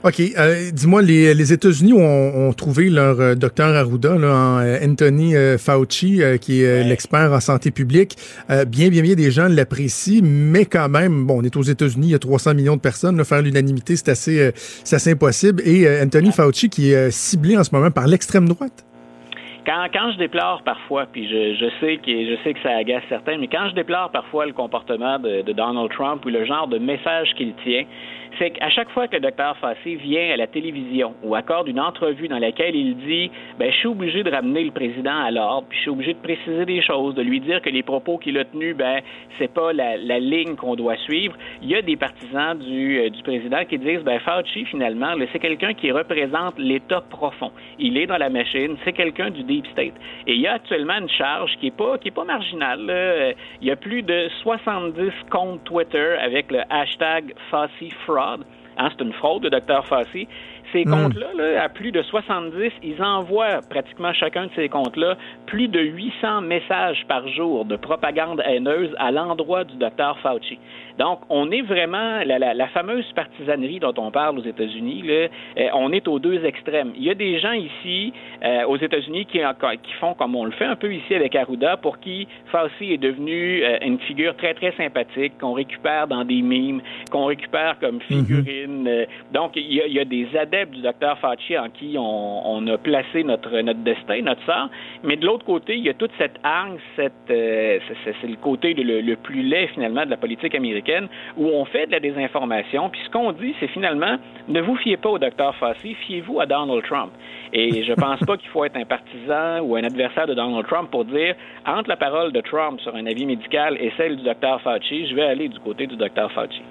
OK. Dis-moi, les États-Unis ont trouvé leur docteur Arruda, là, en Anthony Fauci, qui est l'expert en santé publique. Bien des gens l'apprécient, mais quand même, bon, on est aux États-Unis, il y a 300 millions de personnes. Là, faire l'unanimité, c'est assez impossible. Et Anthony Fauci, qui est ciblé en ce moment par l'extrême droite. Quand je déplore parfois, puis je sais que ça agace certains, mais quand je déplore parfois le comportement de Donald Trump ou le genre de message qu'il tient, c'est qu'à chaque fois que le Dr Fauci vient à la télévision ou accorde une entrevue dans laquelle il dit « je suis obligé de ramener le président à l'ordre, puis je suis obligé de préciser des choses, de lui dire que les propos qu'il a tenus, c'est pas la ligne qu'on doit suivre », il y a des partisans du président qui disent « Fauci, finalement, là, c'est quelqu'un qui représente l'État profond. Il est dans la machine, c'est quelqu'un du Deep State. » Et il y a actuellement une charge qui est pas marginale. Là. Il y a plus de 70 comptes Twitter avec le hashtag FauciFraud. C'est une fraude de Dr Fauci. Ces comptes-là, là, à plus de 70, ils envoient pratiquement chacun de ces comptes-là plus de 800 messages par jour de propagande haineuse à l'endroit du Dr Fauci. Donc, on est vraiment, la fameuse partisanerie dont on parle aux États-Unis, là, on est aux deux extrêmes. Il y a des gens ici, aux États-Unis, qui font comme on le fait un peu ici avec Arruda, pour qui Fauci est devenu une figure très, très sympathique, qu'on récupère dans des mimes, qu'on récupère comme figurine. Donc, il y a des adeptes du Dr Fauci en qui on a placé notre destin, notre sort. Mais de l'autre côté, il y a toute cette hargne, c'est le côté le plus laid, finalement, de la politique américaine, où on fait de la désinformation. Puis ce qu'on dit, c'est finalement, ne vous fiez pas au Dr Fauci, fiez-vous à Donald Trump. Et je pense pas qu'il faut être un partisan ou un adversaire de Donald Trump pour dire, entre la parole de Trump sur un avis médical et celle du Dr Fauci, je vais aller du côté du Dr Fauci.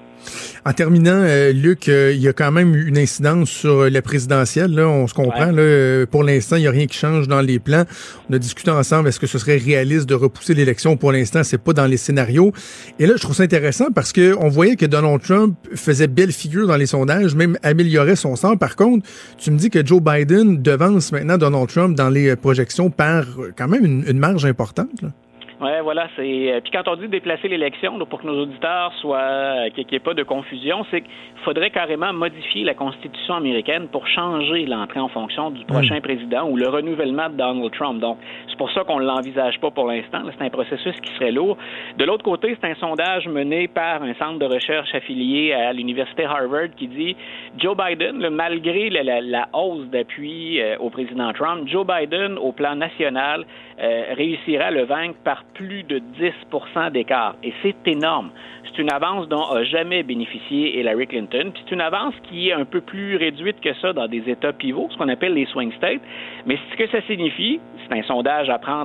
En terminant, Luc, il y a quand même une incidence sur la présidentielle. Là, on se comprend. Ouais. Là, pour l'instant, il n'y a rien qui change dans les plans. On a discuté ensemble, est-ce que ce serait réaliste de repousser l'élection? Pour l'instant, c'est pas dans les scénarios. Et là, je trouve ça intéressant parce que on voyait que Donald Trump faisait belle figure dans les sondages, même améliorait son sort. Par contre, tu me dis que Joe Biden devance maintenant Donald Trump dans les projections par quand même une marge importante, là. Oui, voilà, c'est. Puis quand on dit déplacer l'élection, là, pour que nos auditeurs soient, qu'il n'y ait pas de confusion, c'est qu'il faudrait carrément modifier la Constitution américaine pour changer l'entrée en fonction du prochain président ou le renouvellement de Donald Trump. Donc, c'est pour ça qu'on ne l'envisage pas pour l'instant. Là, c'est un processus qui serait lourd. De l'autre côté, c'est un sondage mené par un centre de recherche affilié à l'université Harvard qui dit Joe Biden, là, malgré la hausse d'appui au président Trump, Joe Biden, au plan national, réussira à le vaincre par plus de 10% d'écart. Et c'est énorme. C'est une avance dont n'a jamais bénéficié Hillary Clinton. Puis c'est une avance qui est un peu plus réduite que ça dans des États pivots, ce qu'on appelle les swing states. Mais ce que ça signifie, c'est un sondage à prendre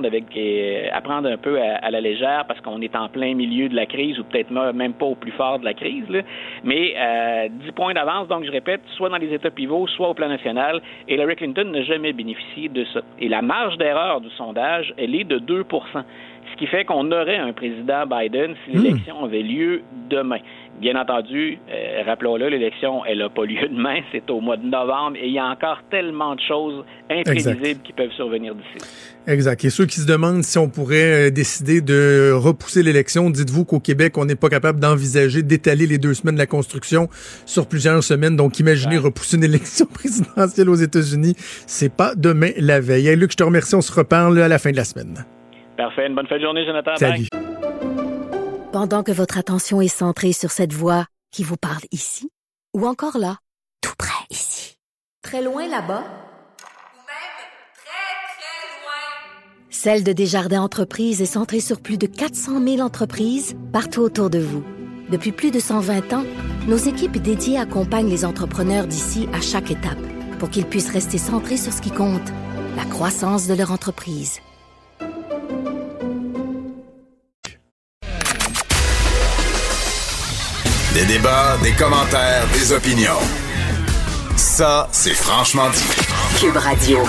un peu à la légère parce qu'on est en plein milieu de la crise ou peut-être même pas au plus fort de la crise. Là. Mais 10 points d'avance, donc je répète, soit dans les États pivots, soit au plan national. Hillary Clinton n'a jamais bénéficié de ça. Et la marge d'erreur du sondage, elle est de 2%. Ce qui fait qu'on aurait un président Biden si l'élection avait lieu demain. Bien entendu, rappelons-le, l'élection, elle n'a pas lieu demain, c'est au mois de novembre, et il y a encore tellement de choses imprévisibles qui peuvent survenir d'ici. Exact. Et ceux qui se demandent si on pourrait décider de repousser l'élection, dites-vous qu'au Québec, on n'est pas capable d'envisager d'étaler les 2 semaines de la construction sur plusieurs semaines. Donc, imaginez repousser une élection présidentielle aux États-Unis. C'est pas demain la veille. Hey, Luc, je te remercie. On se reparle à la fin de la semaine. Parfait. Une bonne fin de journée, Jonathan. Salut. Bye. Pendant que votre attention est centrée sur cette voix qui vous parle ici, ou encore là, tout près ici, très loin là-bas, ou même très, très loin, Celle de Desjardins Entreprises est centrée sur plus de 400 000 entreprises partout autour de vous. Depuis plus de 120 ans, nos équipes dédiées accompagnent les entrepreneurs d'ici à chaque étape pour qu'ils puissent rester centrés sur ce qui compte, la croissance de leur entreprise. Des débats, des commentaires, des opinions. Ça, c'est franchement dit. Cube Radio.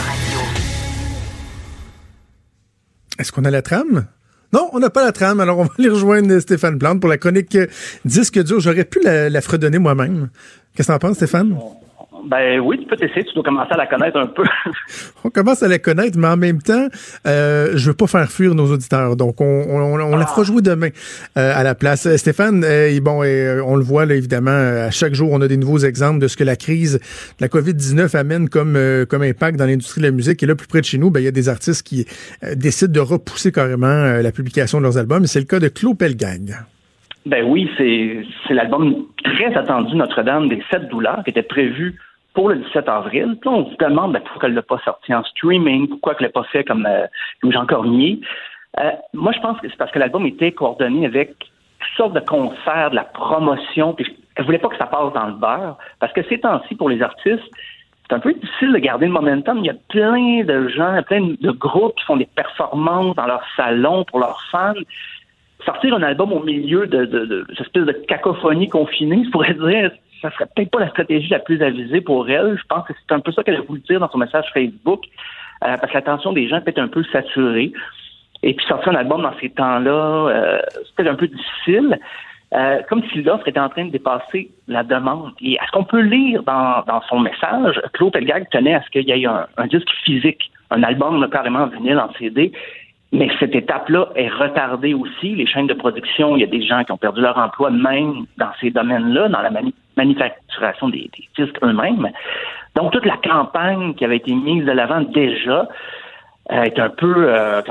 Est-ce qu'on a la trame? Non, on n'a pas la trame, alors on va aller rejoindre Stéphane Plante pour la chronique Disque dur. J'aurais pu la fredonner moi-même. Qu'est-ce que t'en penses, Stéphane? Ben oui, tu peux t'essayer, tu dois commencer à la connaître un peu. On commence à la connaître, mais en même temps, je veux pas faire fuir nos auditeurs, donc on la fera jouer demain à la place. Stéphane, on le voit là, évidemment, à chaque jour, on a des nouveaux exemples de ce que la crise de la COVID-19 amène comme impact dans l'industrie de la musique. Et là, plus près de chez nous, il y a des artistes qui décident de repousser carrément la publication de leurs albums. C'est le cas de Claude Pelgag. Ben oui, c'est l'album très attendu Notre-Dame des 7 douleurs qui était prévu pour le 17 avril. Puis là, on se demande pourquoi elle ne l'a pas sorti en streaming, pourquoi elle ne l'a pas fait comme Louis-Jean Cormier. Moi, je pense que c'est parce que l'album était coordonné avec toutes sortes de concerts, de la promotion. Puis elle voulait pas que ça passe dans le beurre, parce que ces temps-ci, pour les artistes, c'est un peu difficile de garder le momentum. Il y a plein de gens, plein de groupes qui font des performances dans leur salon pour leurs fans. Sortir un album au milieu de cette espèce de cacophonie confinée, je pourrais dire, ça serait peut-être pas la stratégie la plus avisée pour elle. Je pense que c'est un peu ça qu'elle a voulu dire dans son message Facebook, parce que l'attention des gens est peut-être un peu saturée. Et puis sortir un album dans ces temps-là, c'est peut-être un peu difficile. Comme si l'offre était en train de dépasser la demande. Et à ce qu'on peut lire dans son message, Claude Pelgag tenait à ce qu'il y ait un disque physique, un album carrément en vinyle, en CD. Mais cette étape-là est retardée aussi. Les chaînes de production, il y a des gens qui ont perdu leur emploi même dans ces domaines-là, dans la manufacturation des disques eux-mêmes. Donc, toute la campagne qui avait été mise de l'avant déjà est un peu,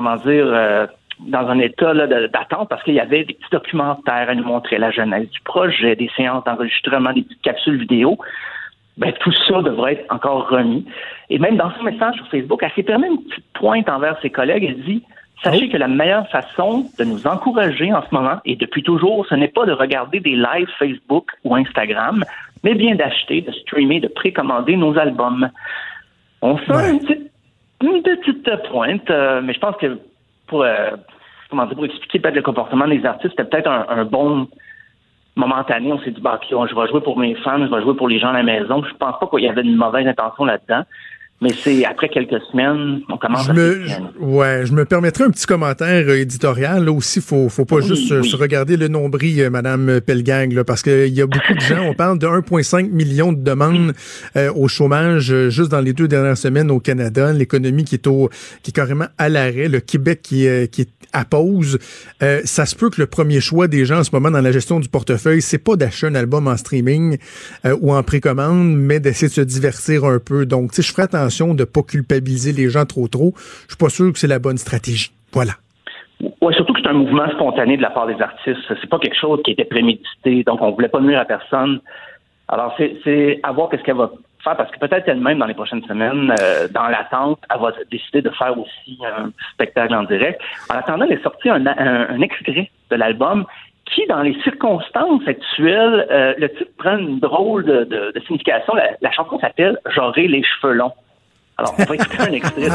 dans un état là, d'attente parce qu'il y avait des petits documentaires à nous montrer la genèse du projet, des séances d'enregistrement, des petites capsules vidéo. Ben, tout ça devrait être encore remis. Et même dans son message sur Facebook, elle s'est permis une petite pointe envers ses collègues. Elle dit « Sachez que la meilleure façon de nous encourager en ce moment, et depuis toujours, ce n'est pas de regarder des lives Facebook ou Instagram, mais bien d'acheter, de streamer, de précommander nos albums. » On sent une petite pointe, mais je pense que pour expliquer peut-être le comportement des artistes, c'était peut-être un bon momentané. On s'est dit, je vais jouer pour mes fans, je vais jouer pour les gens à la maison. Je pense pas qu'il y avait une mauvaise intention là-dedans. Mais c'est après quelques semaines, on commence je me permettrai un petit commentaire éditorial. Là aussi, faut pas se regarder le nombril, Madame Pelgag, là, parce qu'il y a beaucoup de gens. On parle de 1,5 million de demandes au chômage juste dans les 2 dernières semaines au Canada. L'économie qui est carrément à l'arrêt. Le Québec qui est à pause. Ça se peut que le premier choix des gens en ce moment dans la gestion du portefeuille, c'est pas d'acheter un album en streaming ou en précommande, mais d'essayer de se divertir un peu. Donc, tu sais, je ferai attention de pas culpabiliser les gens trop. Je suis pas sûr que c'est la bonne stratégie. Voilà. Oui, surtout que c'est un mouvement spontané de la part des artistes. C'est pas quelque chose qui était prémédité, donc on voulait pas nuire à personne. Alors, c'est à voir qu'est-ce qu'elle va faire, parce que peut-être elle-même, dans les prochaines semaines, dans l'attente, elle va décider de faire aussi un spectacle en direct. En attendant, elle a sorti un extrait de l'album qui, dans les circonstances actuelles, le titre prend une drôle de signification. La chanson s'appelle « J'aurai les cheveux longs ». Alors, on va écouter un extrait.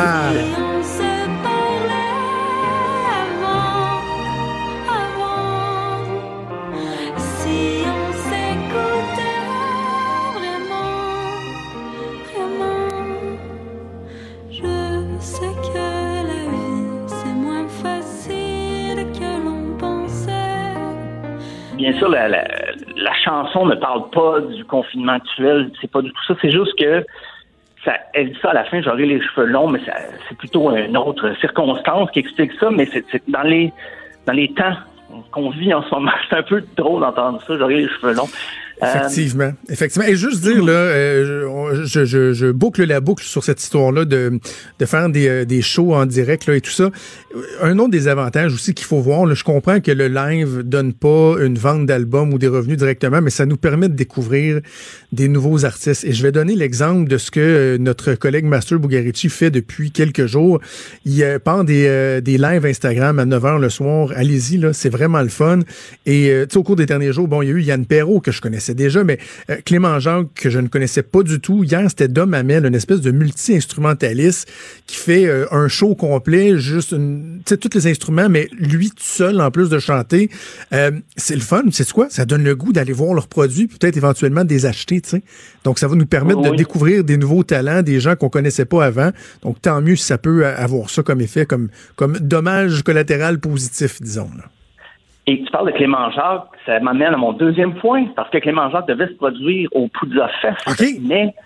Bien sûr, la chanson ne parle pas du confinement actuel, c'est pas du tout ça, c'est juste que elle dit ça à la fin, j'aurai les cheveux longs, mais c'est plutôt une autre circonstance qui explique ça, mais c'est dans les temps qu'on vit en ce moment, c'est un peu drôle d'entendre ça, j'aurai les cheveux longs. Effectivement. Et juste dire, là, je boucle la boucle sur cette histoire-là de faire des shows en direct là, et tout ça. Un autre des avantages aussi qu'il faut voir, là, je comprends que le live donne pas une vente d'albums ou des revenus directement, mais ça nous permet de découvrir des nouveaux artistes. Et je vais donner l'exemple de ce que notre collègue Master Bugarici fait depuis quelques jours. Il part des lives Instagram à 9h le soir. Allez-y, là, c'est vraiment le fun. Et au cours des derniers jours, il y a eu Yann Perrault que je connaissais déjà, mais Clément Jacques, que je ne connaissais pas du tout. Hier, c'était Dom Hamel, une espèce de multi-instrumentaliste qui fait un show complet, juste tous les instruments, mais lui tout seul, en plus de chanter. C'est le fun, c'est quoi? Ça donne le goût d'aller voir leurs produits, peut-être éventuellement de les acheter, tu sais. Donc, ça va nous permettre de découvrir des nouveaux talents, des gens qu'on connaissait pas avant. Donc, tant mieux si ça peut avoir ça comme effet, comme dommage collatéral positif, disons, là. Et tu parles de Clément Jacques, ça m'amène à mon deuxième point, parce que Clément Jacques devait se produire au Poudza Fest, mais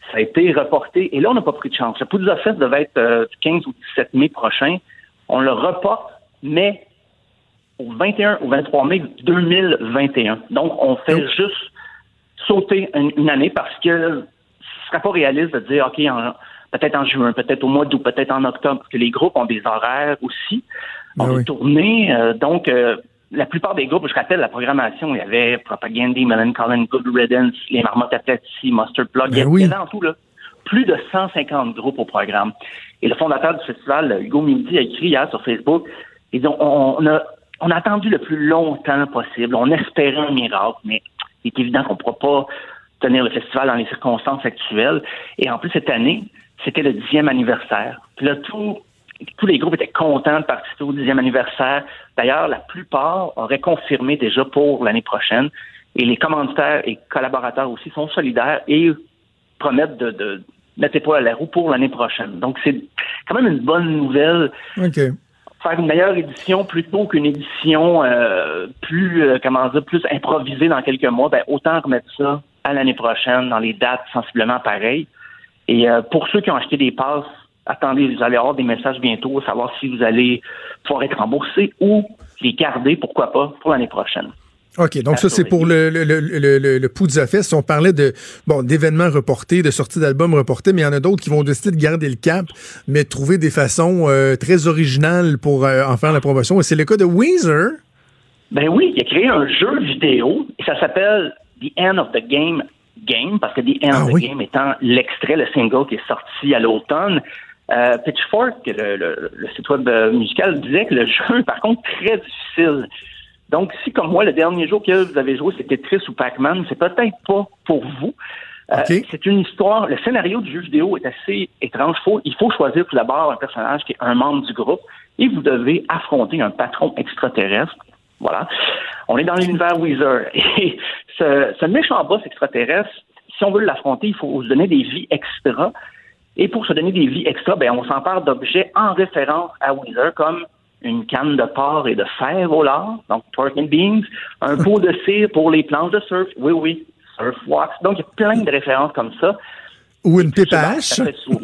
Ça a été reporté. Et là, on n'a pas pris de chance. Le Poudre Fest devait être du 15 au 17 mai prochain. On le reporte, mais au 21 ou 23 mai 2021. Donc, on fait juste sauter une année parce que ce ne serait pas réaliste de dire, OK, peut-être en juin, peut-être au mois d'août, peut-être en octobre, parce que les groupes ont des horaires aussi, ont des tournées. Donc, la plupart des groupes, je rappelle la programmation, il y avait Propagandy, Millencolin, Good Riddance, les Marmottes Aplati, Mustard Plug, il y avait en tout, là, plus de 150 groupes au programme. Et le fondateur du festival, Hugo Midi, a écrit hier sur Facebook, il dit, on a attendu le plus longtemps possible, on espérait un miracle, mais il est évident qu'on ne pourra pas tenir le festival dans les circonstances actuelles. Et en plus, cette année, c'était le 10e anniversaire. Puis là, tous les groupes étaient contents de participer au 10e anniversaire. D'ailleurs, la plupart auraient confirmé déjà pour l'année prochaine. Et les commanditaires et collaborateurs aussi sont solidaires et promettent de mettre pas à la roue pour l'année prochaine. Donc, c'est quand même une bonne nouvelle. OK. Faire une meilleure édition plutôt qu'une édition plus improvisée dans quelques mois, autant remettre ça à l'année prochaine dans les dates sensiblement pareilles. Et pour ceux qui ont acheté des passes, attendez, vous allez avoir des messages bientôt, savoir si vous allez pouvoir être remboursé ou les garder, pourquoi pas, pour l'année prochaine. OK, donc ça, c'est pour le Poudre Fest. On parlait d'événements reportés, de sorties d'albums reportés, mais il y en a d'autres qui vont décider de garder le cap, mais de trouver des façons très originales pour en faire la promotion. Et c'est le cas de Weezer. Ben oui, il a créé un jeu vidéo, et ça s'appelle The End of the Game, parce que The End of the Game étant l'extrait, le single qui est sorti à l'automne. Pitchfork, le site web musical, disait que le jeu, par contre, très difficile. Donc, si, comme moi, le dernier jour que vous avez joué, c'était Tetris ou Pac-Man, c'est peut-être pas pour vous. C'est une histoire. Le scénario du jeu vidéo est assez étrange. Il faut choisir tout d'abord un personnage qui est un membre du groupe et vous devez affronter un patron extraterrestre. Voilà. On est dans l'univers Weezer. Et ce méchant boss extraterrestre, si on veut l'affronter, il faut se donner des vies extra. Et pour se donner des vies extra, on s'empare d'objets en référence à Weezer, comme une canne de porc et de fèves au lard, donc pork and beans, un pot de cire pour les planches de surf, oui, surf wax. Donc, il y a plein de références comme ça. Ou une pipe à hache.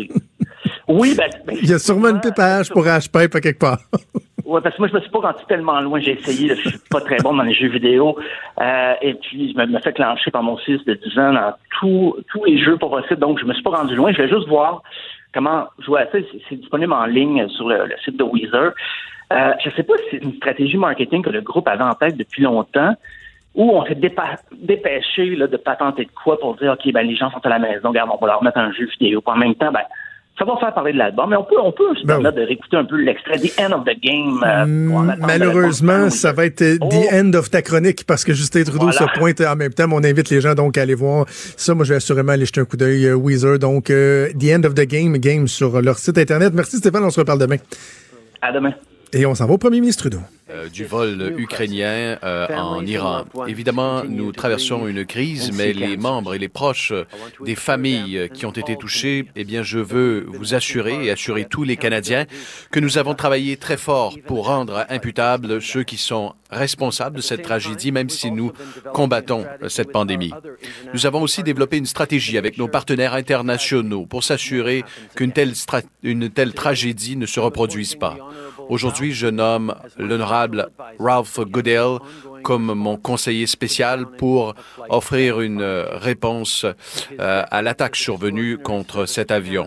Oui, il y a sûrement une pipe à hache pour hache-pipe à quelque part. Oui, parce que moi, je me suis pas rendu tellement loin. J'ai essayé, je suis pas très bon dans les jeux vidéo. Et puis, je me fais clencher par mon fils de 10 ans dans tous les jeux possibles. Donc, je me suis pas rendu loin. Je vais juste voir comment jouer à ça. C'est disponible en ligne sur le site de Weezer. Je ne sais pas si c'est une stratégie marketing que le groupe avait en tête depuis longtemps, ou on s'est dépêché de patenter de quoi pour dire, OK, les gens sont à la maison, regarde, on va leur mettre un jeu vidéo. Puis en même temps, ça va faire parler de l'album, mais on peut se permettre de réécouter un peu l'extrait The End of the Game. Malheureusement, ça va être The End of ta chronique, parce que Justin Trudeau se pointe en même temps. On invite les gens donc à aller voir ça. Moi, je vais assurément aller jeter un coup d'œil. Weezer, donc The End of the Game sur leur site Internet. Merci Stéphane, on se reparle demain. À demain. Et on s'en va au premier ministre Trudeau. Du vol ukrainien en Iran. Évidemment, nous traversons une crise, mais les membres et les proches des familles qui ont été touchées, je veux vous assurer et assurer tous les Canadiens que nous avons travaillé très fort pour rendre imputables ceux qui sont responsables de cette tragédie, même si nous combattons cette pandémie. Nous avons aussi développé une stratégie avec nos partenaires internationaux pour s'assurer qu'une telle tragédie ne se reproduise pas. Aujourd'hui, je nomme l'honorable Ralph Goodale comme mon conseiller spécial pour offrir une réponse à l'attaque survenue contre cet avion.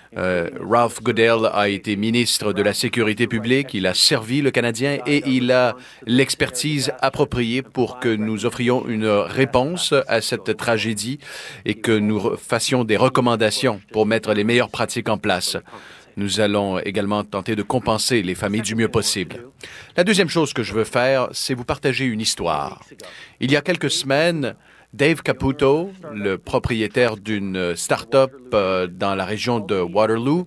Ralph Goodale a été ministre de la Sécurité publique, il a servi le Canadien et il a l'expertise appropriée pour que nous offrions une réponse à cette tragédie et que nous fassions des recommandations pour mettre les meilleures pratiques en place. Nous allons également tenter de compenser les familles du mieux possible. La deuxième chose que je veux faire, c'est vous partager une histoire. Il y a quelques semaines, Dave Caputo, le propriétaire d'une start-up dans la région de Waterloo,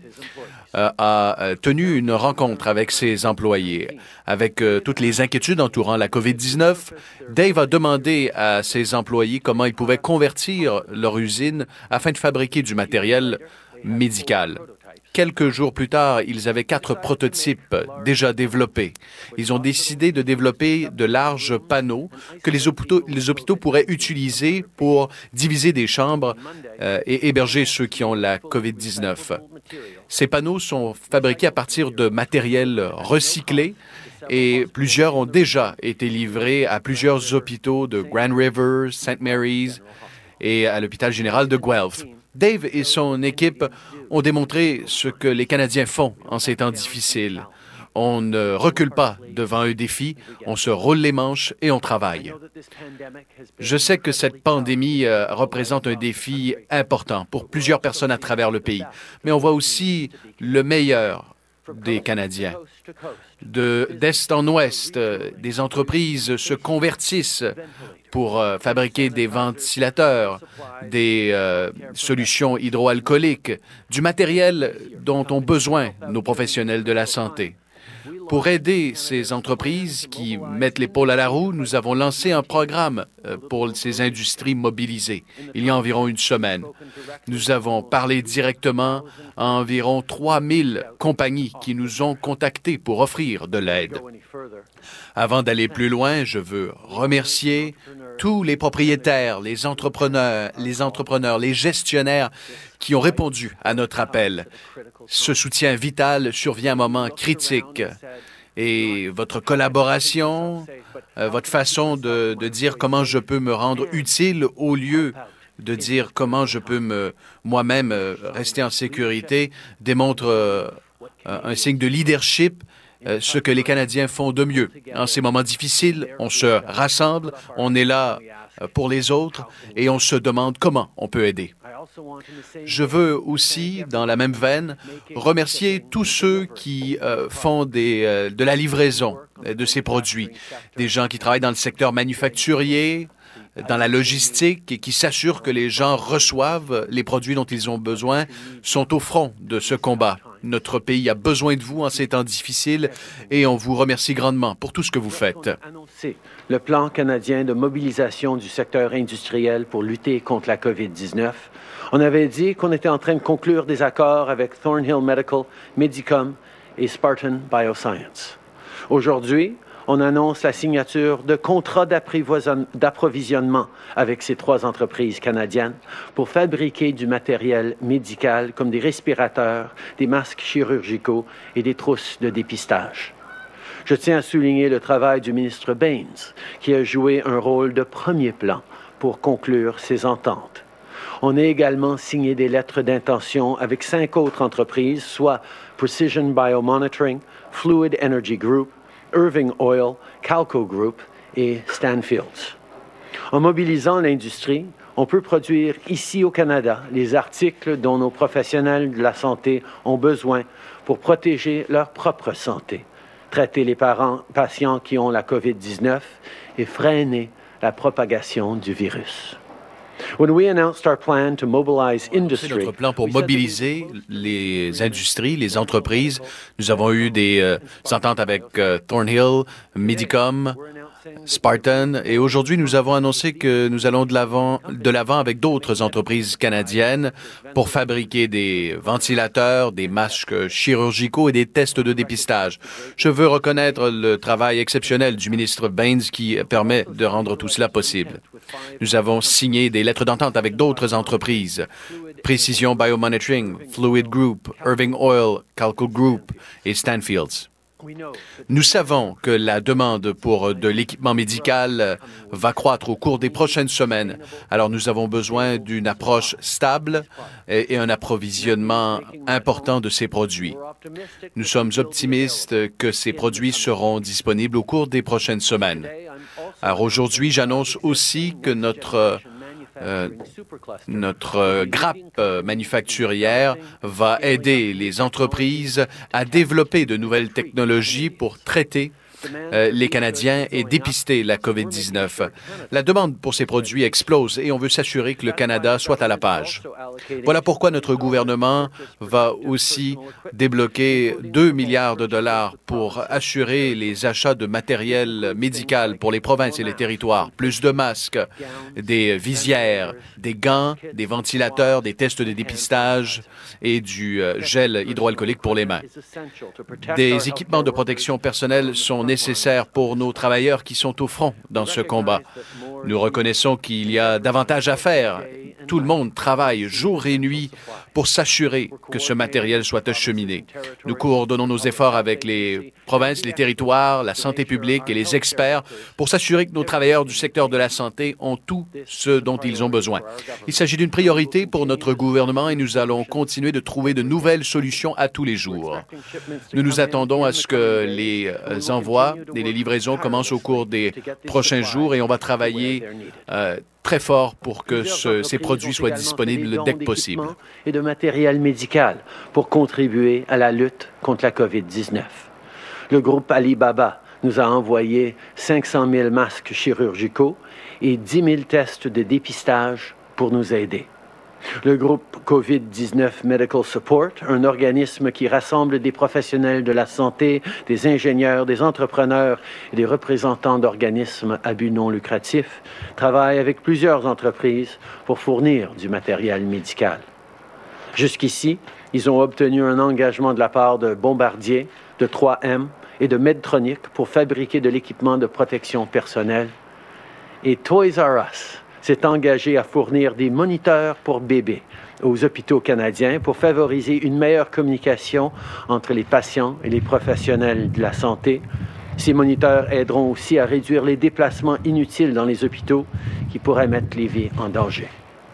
a tenu une rencontre avec ses employés. Avec toutes les inquiétudes entourant la COVID-19, Dave a demandé à ses employés comment ils pouvaient convertir leur usine afin de fabriquer du matériel médical. quelques jours plus tard, ils avaient 4 prototypes déjà développés. Ils ont décidé de développer de larges panneaux que les hôpitaux pourraient utiliser pour diviser des chambres et héberger ceux qui ont la COVID-19. Ces panneaux sont fabriqués à partir de matériel recyclé et plusieurs ont déjà été livrés à plusieurs hôpitaux de Grand River, St. Mary's et à l'hôpital général de Guelph. Dave et son équipe ont démontré ce que les Canadiens font en ces temps difficiles. On ne recule pas devant un défi, on se roule les manches et on travaille. Je sais que cette pandémie représente un défi important pour plusieurs personnes à travers le pays, mais on voit aussi le meilleur des Canadiens. D'est en ouest, des entreprises se convertissent pour fabriquer des ventilateurs, des solutions hydroalcooliques, du matériel dont ont besoin nos professionnels de la santé. Pour aider ces entreprises qui mettent l'épaule à la roue, nous avons lancé un programme pour ces industries mobilisées il y a environ une semaine. Nous avons parlé directement à environ 3000 compagnies qui nous ont contactés pour offrir de l'aide. Avant d'aller plus loin, je veux remercier tous les propriétaires, les entrepreneurs, les gestionnaires qui ont répondu à notre appel. Ce soutien vital survient à un moment critique et votre collaboration, votre façon de dire comment je peux me rendre utile au lieu de dire comment je peux moi-même rester en sécurité démontre un signe de leadership, ce que les Canadiens font de mieux. En ces moments difficiles, on se rassemble, on est là pour les autres et on se demande comment on peut aider. Je veux aussi, dans la même veine, remercier tous ceux qui font de la livraison de ces produits, des gens qui travaillent dans le secteur manufacturier, dans la logistique et qui s'assurent que les gens reçoivent les produits dont ils ont besoin, sont au front de ce combat. Notre pays a besoin de vous en ces temps difficiles et on vous remercie grandement pour tout ce que vous faites. Le plan canadien de mobilisation du secteur industriel pour lutter contre la COVID-19. On avait dit qu'on était en train de conclure des accords avec Thornhill Medical, Medicom et Spartan Bioscience. Aujourd'hui, on annonce la signature de contrats d'approvisionnement avec ces 3 entreprises canadiennes pour fabriquer du matériel médical comme des respirateurs, des masques chirurgicaux et des trousses de dépistage. Je tiens à souligner le travail du ministre Baines, qui a joué un rôle de premier plan pour conclure ces ententes. On a également signé des lettres d'intention avec 5 autres entreprises, soit Precision Biomonitoring, Fluid Energy Group, Irving Oil, Calco Group et Stanfields. En mobilisant l'industrie, on peut produire ici au Canada les articles dont nos professionnels de la santé ont besoin pour protéger leur propre santé, traiter les patients qui ont la COVID-19 et freiner la propagation du virus. C'est notre plan pour mobiliser les industries, les entreprises. Nous avons eu des ententes avec Thornhill, Medicom, Spartan, et aujourd'hui, nous avons annoncé que nous allons de l'avant avec d'autres entreprises canadiennes pour fabriquer des ventilateurs, des masques chirurgicaux et des tests de dépistage. Je veux reconnaître le travail exceptionnel du ministre Baines qui permet de rendre tout cela possible. Nous avons signé des lettres d'entente avec d'autres entreprises, Precision Biomonitoring, Fluid Group, Irving Oil, Calco Group et Stanfields. Nous savons que la demande pour de l'équipement médical va croître au cours des prochaines semaines. Alors, nous avons besoin d'une approche stable et un approvisionnement important de ces produits. Nous sommes optimistes que ces produits seront disponibles au cours des prochaines semaines. Alors, aujourd'hui, j'annonce aussi que notre grappe manufacturière va aider les entreprises à développer de nouvelles technologies pour traiter les Canadiens et dépister la COVID-19. La demande pour ces produits explose et on veut s'assurer que le Canada soit à la page. Voilà pourquoi notre gouvernement va aussi débloquer 2 milliards de dollars pour assurer les achats de matériel médical pour les provinces et les territoires, plus de masques, des visières, des gants, des ventilateurs, des tests de dépistage et du gel hydroalcoolique pour les mains. Des équipements de protection personnelle sont nécessaires pour nos travailleurs qui sont au front dans ce combat. Nous reconnaissons qu'il y a davantage à faire. Tout le monde travaille jour et nuit pour s'assurer que ce matériel soit acheminé. Nous coordonnons nos efforts avec les provinces, les territoires, la santé publique et les experts pour s'assurer que nos travailleurs du secteur de la santé ont tout ce dont ils ont besoin. Il s'agit d'une priorité pour notre gouvernement et nous allons continuer de trouver de nouvelles solutions à tous les jours. Nous nous attendons à ce que les envois et les livraisons commencent au cours des prochains jours et on va travailler très fort pour que ces produits soient disponibles dès que possible. Et de matériel médical pour contribuer à la lutte contre la COVID-19. Le groupe Alibaba nous a envoyé 500 000 masques chirurgicaux et 10 000 tests de dépistage pour nous aider. Le groupe COVID-19 Medical Support, un organisme qui rassemble des professionnels de la santé, des ingénieurs, des entrepreneurs et des représentants d'organismes à but non lucratif, travaille avec plusieurs entreprises pour fournir du matériel médical. Jusqu'ici, ils ont obtenu un engagement de la part de Bombardier, de 3M et de Medtronic pour fabriquer de l'équipement de protection personnelle. Et Toys R Us s'est engagé à fournir des moniteurs pour bébés aux hôpitaux canadiens pour favoriser une meilleure communication entre les patients et les professionnels de la santé. Ces moniteurs aideront aussi à réduire les déplacements inutiles dans les hôpitaux qui pourraient mettre les vies en danger.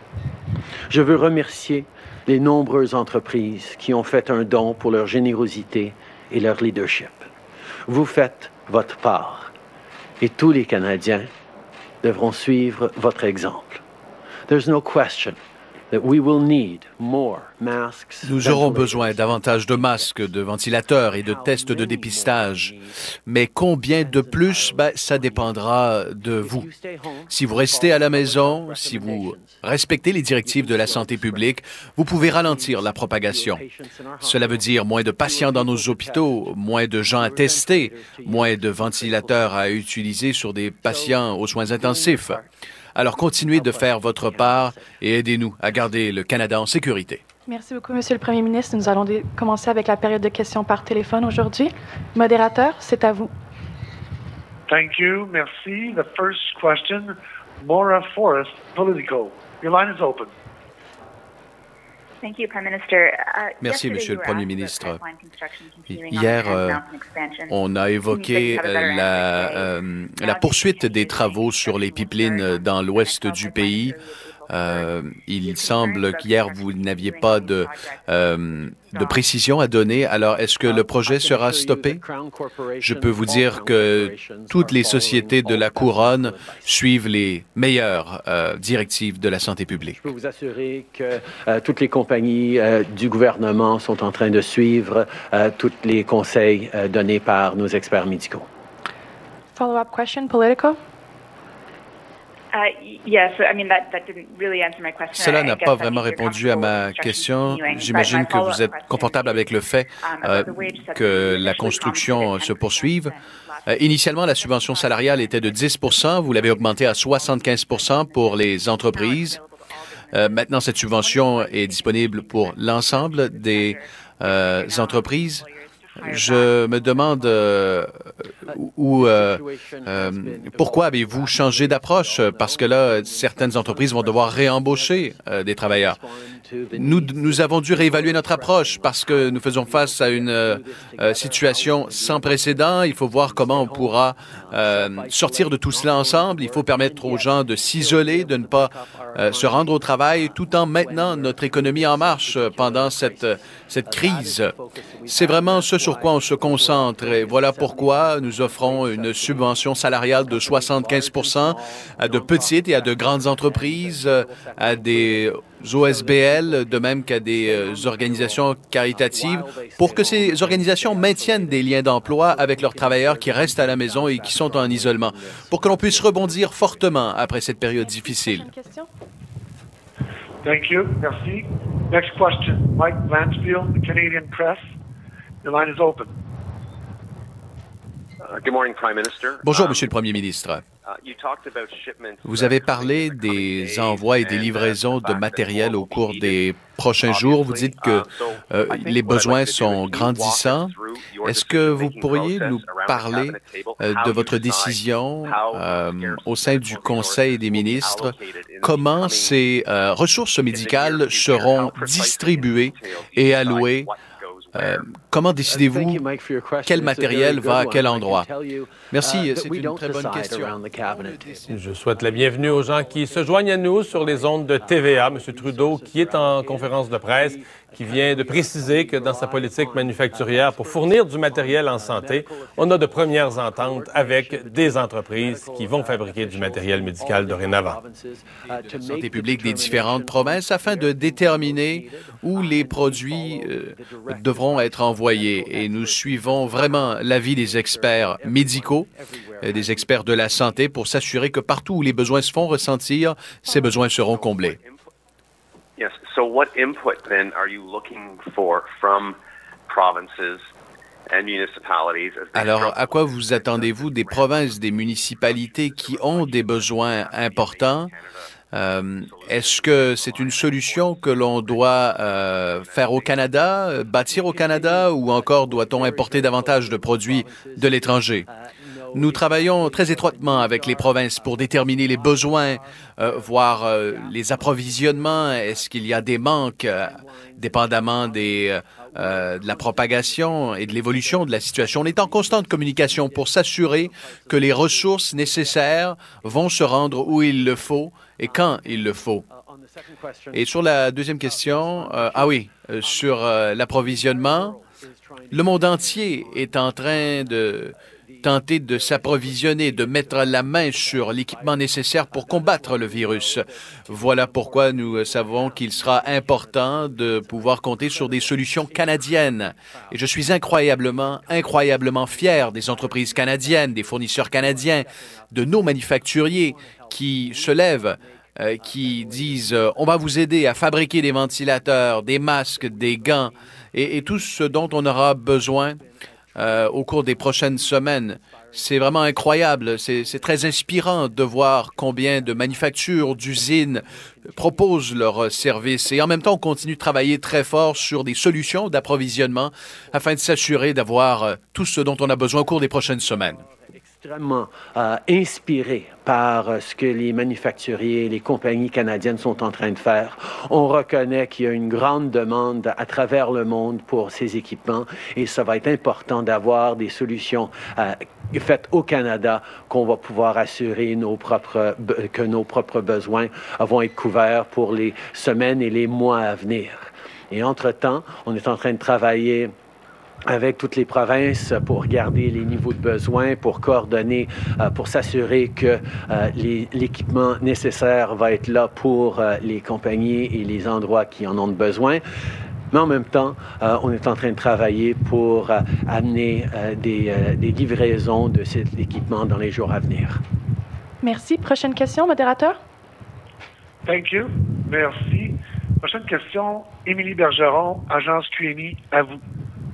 Je veux remercier les nombreuses entreprises qui ont fait un don pour leur générosité et leur leadership. Vous faites votre part et tous les Canadiens devront suivre votre exemple. There's no question that we will need more masks. Nous aurons besoin davantage de masques, de ventilateurs et de tests de dépistage. Mais combien de plus? Ça dépendra de vous. Si vous restez à la maison, si vous respectez les directives de la santé publique, vous pouvez ralentir la propagation. Cela veut dire moins de patients dans nos hôpitaux, moins de gens à tester, moins de ventilateurs à utiliser sur des patients aux soins intensifs. Alors, continuez de faire votre part et aidez-nous à garder le Canada en sécurité. Merci beaucoup, Monsieur le Premier ministre. Nous allons commencer avec la période de questions par téléphone aujourd'hui. Modérateur, c'est à vous. Thank you. Merci. The first question, Maura Forrest, Politico. Your line is open. Merci, Monsieur le Premier ministre. Hier, on a évoqué la poursuite des travaux sur les pipelines dans l'ouest du pays. Il semble qu'hier, vous n'aviez pas de précision à donner. Alors, est-ce que le projet sera stoppé? Je peux vous dire que toutes les sociétés de la Couronne suivent les meilleures directives de la santé publique. Je peux vous assurer que toutes les compagnies du gouvernement sont en train de suivre tous les conseils donnés par nos experts médicaux. Follow-up question, Politico? Cela n'a pas vraiment répondu à ma question. J'imagine que vous êtes confortable avec le fait que la construction se poursuive. Initialement, la subvention salariale était de 10 %. Vous l'avez augmentée à 75 % pour les entreprises. Maintenant, cette subvention est disponible pour l'ensemble des entreprises. Je me demande pourquoi avez-vous changé d'approche? Parce que là, certaines entreprises vont devoir réembaucher des travailleurs. Nous avons dû réévaluer notre approche parce que nous faisons face à une situation sans précédent. Il faut voir comment on pourra sortir de tout cela ensemble. Il faut permettre aux gens de s'isoler, de ne pas se rendre au travail, tout en maintenant notre économie en marche pendant cette crise. C'est vraiment ce sur quoi on se concentre. Et voilà pourquoi nous offrons une subvention salariale de 75% à de petites et à de grandes entreprises, à des OSBL, de même qu'à des organisations caritatives, pour que ces organisations maintiennent des liens d'emploi avec leurs travailleurs qui restent à la maison et qui sont en isolement, pour que l'on puisse rebondir fortement après cette période difficile. Thank you. Merci. Next question. Mike Mansfield, the Canadian Press. Your line is open. Good morning, Prime Minister. Bonjour, Monsieur le Premier ministre. Vous avez parlé des envois et des livraisons de matériel au cours des prochains jours. Vous dites que les besoins sont grandissants. Est-ce que vous pourriez nous parler de votre décision au sein du Conseil des ministres? Comment ces ressources médicales seront distribuées et allouées? Comment décidez-vous quel matériel va à quel endroit? Merci, c'est une très bonne question. Je souhaite la bienvenue aux gens qui se joignent à nous sur les ondes de TVA. M. Trudeau, qui est en conférence de presse, qui vient de préciser que dans sa politique manufacturière, pour fournir du matériel en santé, on a de premières ententes avec des entreprises qui vont fabriquer du matériel médical dorénavant. De santé publique des différentes provinces afin de déterminer où les produits devront être envoyés. Et nous suivons vraiment l'avis des experts médicaux, des experts de la santé, pour s'assurer que partout où les besoins se font ressentir, ces besoins seront comblés. Yes. So what input then are you looking for from provinces and municipalities? Alors, à quoi vous attendez-vous des provinces, des municipalités qui ont des besoins importants? Est-ce que c'est une solution que l'on doit faire au Canada, bâtir au Canada, ou encore doit-on importer davantage de produits de l'étranger? Nous travaillons très étroitement avec les provinces pour déterminer les besoins, voir les approvisionnements. Est-ce qu'il y a des manques, dépendamment de la propagation et de l'évolution de la situation? On est en constante communication pour s'assurer que les ressources nécessaires vont se rendre où il le faut et quand il le faut. Et sur la deuxième question, sur l'approvisionnement, le monde entier est en train de tenter de s'approvisionner, de mettre la main sur l'équipement nécessaire pour combattre le virus. Voilà pourquoi nous savons qu'il sera important de pouvoir compter sur des solutions canadiennes. Et je suis incroyablement fier des entreprises canadiennes, des fournisseurs canadiens, de nos manufacturiers qui se lèvent, qui disent « on va vous aider à fabriquer des ventilateurs, des masques, des gants et tout ce dont on aura besoin au cours des prochaines semaines. » C'est vraiment incroyable. C'est très inspirant de voir combien de manufactures, d'usines proposent leurs services. Et en même temps, on continue de travailler très fort sur des solutions d'approvisionnement afin de s'assurer d'avoir tout ce dont on a besoin au cours des prochaines semaines. Extrêmement inspiré par ce que les manufacturiers et les compagnies canadiennes sont en train de faire. On reconnaît qu'il y a une grande demande à travers le monde pour ces équipements et ça va être important d'avoir des solutions faites au Canada qu'on va pouvoir assurer que nos propres besoins vont être couverts pour les semaines et les mois à venir. Et entre-temps, on est en train de travailler avec toutes les provinces pour regarder les niveaux de besoin, pour coordonner, pour s'assurer que l'équipement nécessaire va être là pour les compagnies et les endroits qui en ont besoin. Mais en même temps, on est en train de travailler pour amener des livraisons de cet équipement dans les jours à venir. Merci. Prochaine question, modérateur. Thank you. Merci. Prochaine question, Émilie Bergeron, Agence QMI, à vous.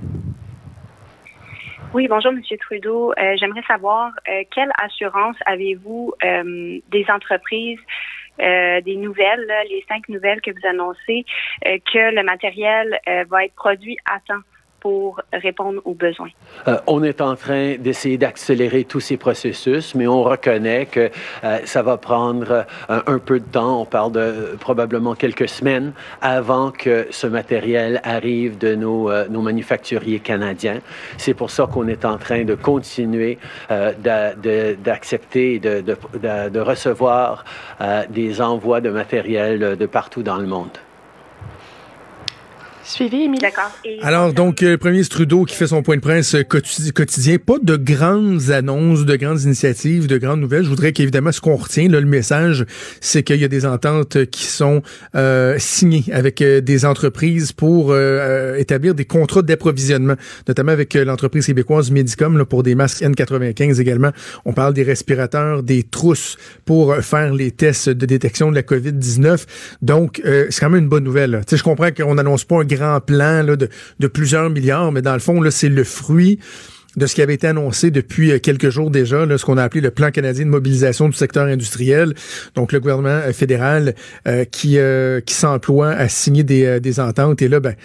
Oui, bonjour, M. Trudeau. J'aimerais savoir quelle assurance avez-vous des entreprises, des nouvelles, là, les 5 nouvelles que vous annoncez, que le matériel va être produit à temps pour répondre aux besoins? On est en train d'essayer d'accélérer tous ces processus, mais on reconnaît que ça va prendre un peu de temps. On parle de probablement quelques semaines avant que ce matériel arrive de nos manufacturiers canadiens. C'est pour ça qu'on est en train de continuer d'accepter et de recevoir des envois de matériel de partout dans le monde. Suivi, Émilie. D'accord. Alors, donc, Premier ministre Trudeau qui fait son point de presse quotidien. Pas de grandes annonces, de grandes initiatives, de grandes nouvelles. Je voudrais qu'évidemment, ce qu'on retient, là, le message, c'est qu'il y a des ententes qui sont signées avec des entreprises pour établir des contrats d'approvisionnement, notamment avec l'entreprise québécoise Medicom là, pour des masques N95 également. On parle des respirateurs, des trousses pour faire les tests de détection de la COVID-19. Donc, c'est quand même une bonne nouvelle. Tu sais, je comprends qu'on n'annonce pas un grand plan là, de plusieurs milliards, mais dans le fond, là, c'est le fruit de ce qui avait été annoncé depuis quelques jours déjà, là, ce qu'on a appelé le plan canadien de mobilisation du secteur industriel. Donc, le gouvernement fédéral qui s'emploie à signer des ententes. Et là, ben,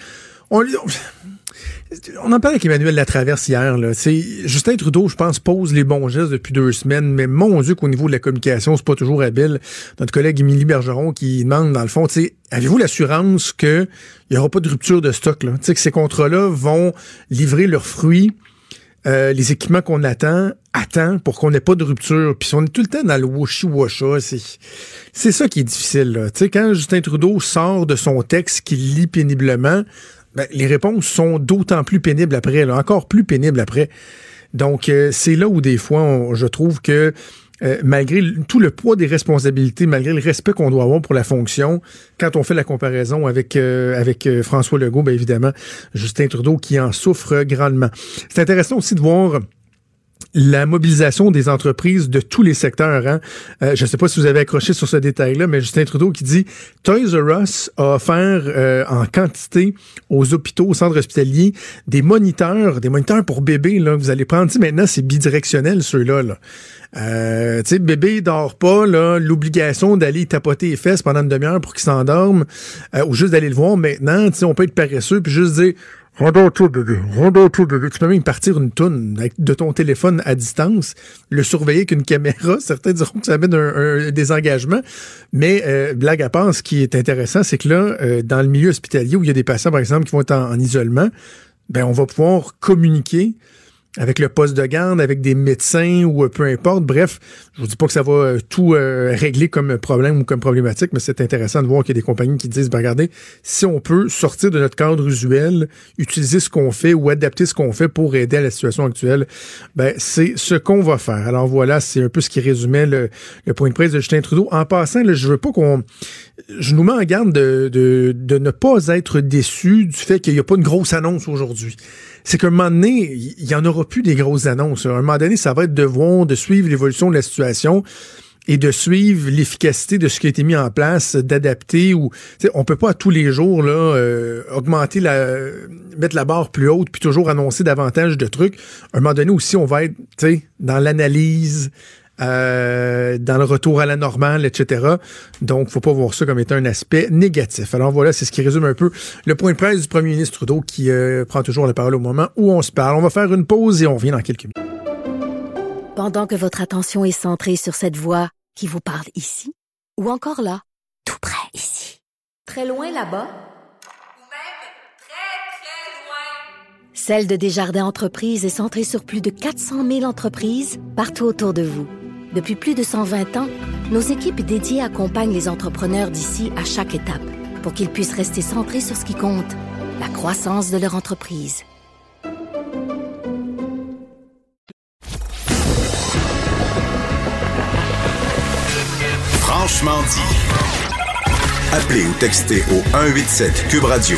on en parlait avec Emmanuel Latraverse hier. Là. Justin Trudeau, je pense, pose les bons gestes depuis 2 semaines, mais mon Dieu qu'au niveau de la communication, c'est pas toujours habile. Notre collègue Émilie Bergeron qui demande, dans le fond, avez-vous l'assurance qu'il n'y aura pas de rupture de stock? Là? Que ces contrats-là vont livrer leurs fruits, les équipements qu'on attend pour qu'on n'ait pas de rupture. Puis si on est tout le temps dans le washi-washa, c'est ça qui est difficile. Là. Quand Justin Trudeau sort de son texte qu'il lit péniblement, ben, les réponses sont d'autant plus pénibles après, là, encore plus pénibles après. Donc, c'est là où des fois, je trouve que malgré tout le poids des responsabilités, malgré le respect qu'on doit avoir pour la fonction, quand on fait la comparaison avec François Legault, bien évidemment, Justin Trudeau qui en souffre grandement. C'est intéressant aussi de voir la mobilisation des entreprises de tous les secteurs. Hein? Je ne sais pas si vous avez accroché sur ce détail-là, mais Justin Trudeau qui dit « Toys R Us a offert en quantité aux hôpitaux, aux centres hospitaliers, des moniteurs pour bébés. Là, vous allez prendre, maintenant, c'est bidirectionnel ceux-là. Là. Tu sais, bébé dort pas, là, l'obligation d'aller tapoter les fesses pendant une demi-heure pour qu'il s'endorme, ou juste d'aller le voir maintenant, tu sais, on peut être paresseux puis juste dire « Rendors-toi, bébé, rendors-toi, bébé ». Tu peux même partir une toune de ton téléphone à distance, le surveiller avec une caméra. Certains diront que ça amène un désengagement. Mais blague à part, ce qui est intéressant, c'est que là, dans le milieu hospitalier, où il y a des patients, par exemple, qui vont être en isolement, ben on va pouvoir communiquer avec le poste de garde, avec des médecins ou peu importe. Bref, je vous dis pas que ça va tout régler comme problème ou comme problématique, mais c'est intéressant de voir qu'il y a des compagnies qui disent, ben regardez, si on peut sortir de notre cadre usuel, utiliser ce qu'on fait ou adapter ce qu'on fait pour aider à la situation actuelle, ben c'est ce qu'on va faire. Alors voilà, c'est un peu ce qui résumait le point de presse de Justin Trudeau. En passant, là, je veux pas je nous mets en garde de ne pas être déçus du fait qu'il n'y a pas une grosse annonce aujourd'hui. C'est qu'à un moment donné, il n'y en aura plus des grosses annonces. À un moment donné, ça va être de suivre l'évolution de la situation et de suivre l'efficacité de ce qui a été mis en place, d'adapter ou on peut pas à tous les jours là augmenter mettre la barre plus haute puis toujours annoncer davantage de trucs. À un moment donné aussi, on va être dans l'analyse, dans le retour à la normale, etc. Donc, faut pas voir ça comme étant un aspect négatif. Alors voilà, c'est ce qui résume un peu le point de presse du premier ministre Trudeau qui prend toujours la parole au moment où on se parle. On va faire une pause et on revient dans quelques minutes. Pendant que votre attention est centrée sur cette voix qui vous parle ici, ou encore là, tout près ici, très loin là-bas, ou même très, très loin, celle de Desjardins Entreprises est centrée sur plus de 400 000 entreprises partout autour de vous. Depuis plus de 120 ans, nos équipes dédiées accompagnent les entrepreneurs d'ici à chaque étape pour qu'ils puissent rester centrés sur ce qui compte, la croissance de leur entreprise. Franchement dit. Appelez ou textez au 187 Cube Radio.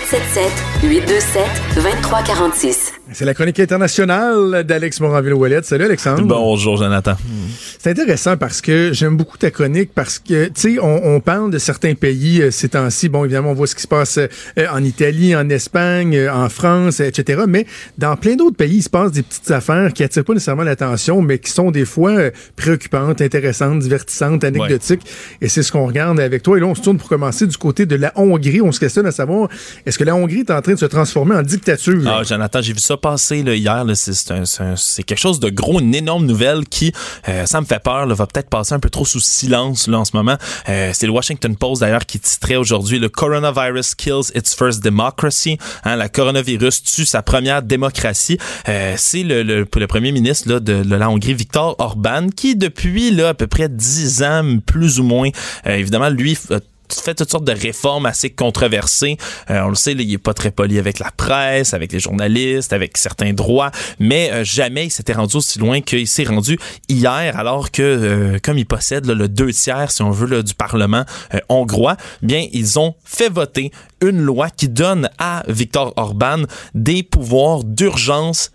1877-827-2346. C'est la chronique internationale d'Alex Moranville-Ouellette. Salut Alexandre. Bonjour Jonathan. C'est intéressant parce que j'aime beaucoup ta chronique parce que, tu sais, on parle de certains pays ces temps-ci. Bon, évidemment, on voit ce qui se passe en Italie, en Espagne, en France, etc. Mais dans plein d'autres pays, il se passe des petites affaires qui attirent pas nécessairement l'attention, mais qui sont des fois préoccupantes, intéressantes, divertissantes, anecdotiques. Ouais. Et c'est ce qu'on regarde avec toi. Et là, on se tourne pour commencer du côté de la Hongrie. On se questionne à savoir, est-ce que la Hongrie est en train de se transformer en dictature? Ah, Jonathan, j'ai vu ça passer là, hier. Là, c'est quelque chose de gros, une énorme nouvelle qui, ça me fait peur, là, va peut-être passer un peu trop sous silence là, en ce moment. C'est le Washington Post d'ailleurs qui titrait aujourd'hui « Le coronavirus kills its first democracy ». La coronavirus tue sa première démocratie. C'est le premier ministre là, de la Hongrie, Viktor Orban, qui depuis là, à peu près 10 ans, plus ou moins, évidemment, lui fait toutes sortes de réformes assez controversées. On le sait, là, il est pas très poli avec la presse, avec les journalistes, avec certains droits, mais jamais il s'était rendu aussi loin qu'il s'est rendu hier, alors que comme il possède là, le 2/3, si on veut, là, du Parlement hongrois, bien, ils ont fait voter une loi qui donne à Viktor Orban des pouvoirs d'urgence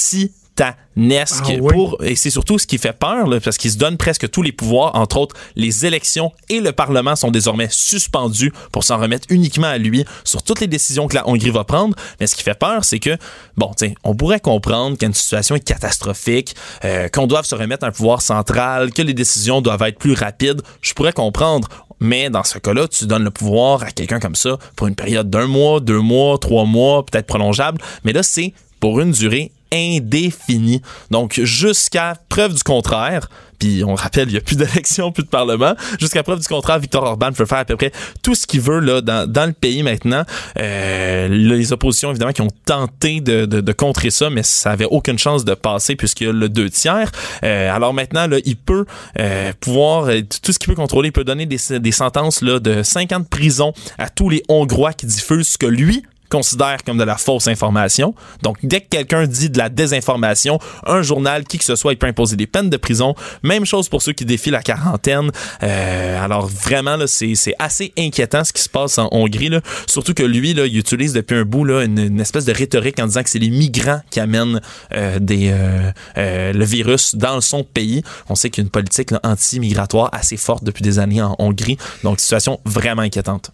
et c'est surtout ce qui fait peur, là, parce qu'il se donne presque tous les pouvoirs, entre autres les élections et le Parlement sont désormais suspendus pour s'en remettre uniquement à lui sur toutes les décisions que la Hongrie va prendre. Mais ce qui fait peur, c'est que, bon, tu sais, on pourrait comprendre qu'une situation est catastrophique, qu'on doive se remettre à un pouvoir central, que les décisions doivent être plus rapides. Je pourrais comprendre. Mais dans ce cas-là, tu donnes le pouvoir à quelqu'un comme ça pour une période d'1 mois, 2 mois, 3 mois, peut-être prolongeable. Mais là, c'est pour une durée indéfinie. Donc, jusqu'à preuve du contraire, puis on rappelle, il n'y a plus d'élection, plus de parlement, jusqu'à preuve du contraire, Viktor Orban peut faire à peu près tout ce qu'il veut là, dans le pays maintenant. Les oppositions, évidemment, qui ont tenté de contrer ça, mais ça n'avait aucune chance de passer puisqu'il y a le 2/3. Alors maintenant, là, il peut pouvoir, tout ce qu'il peut contrôler, il peut donner des sentences là, de 5 ans de prison à tous les Hongrois qui diffusent ce que lui considère comme de la fausse information. Donc, dès que quelqu'un dit de la désinformation, un journal, qui que ce soit, il peut imposer des peines de prison. Même chose pour ceux qui défient la quarantaine. Alors, vraiment, là, c'est assez inquiétant ce qui se passe en Hongrie. Là. Surtout que lui, là, il utilise depuis un bout là, une espèce de rhétorique en disant que c'est les migrants qui amènent le virus dans son pays. On sait qu'il y a une politique là, anti-migratoire assez forte depuis des années en Hongrie. Donc, situation vraiment inquiétante.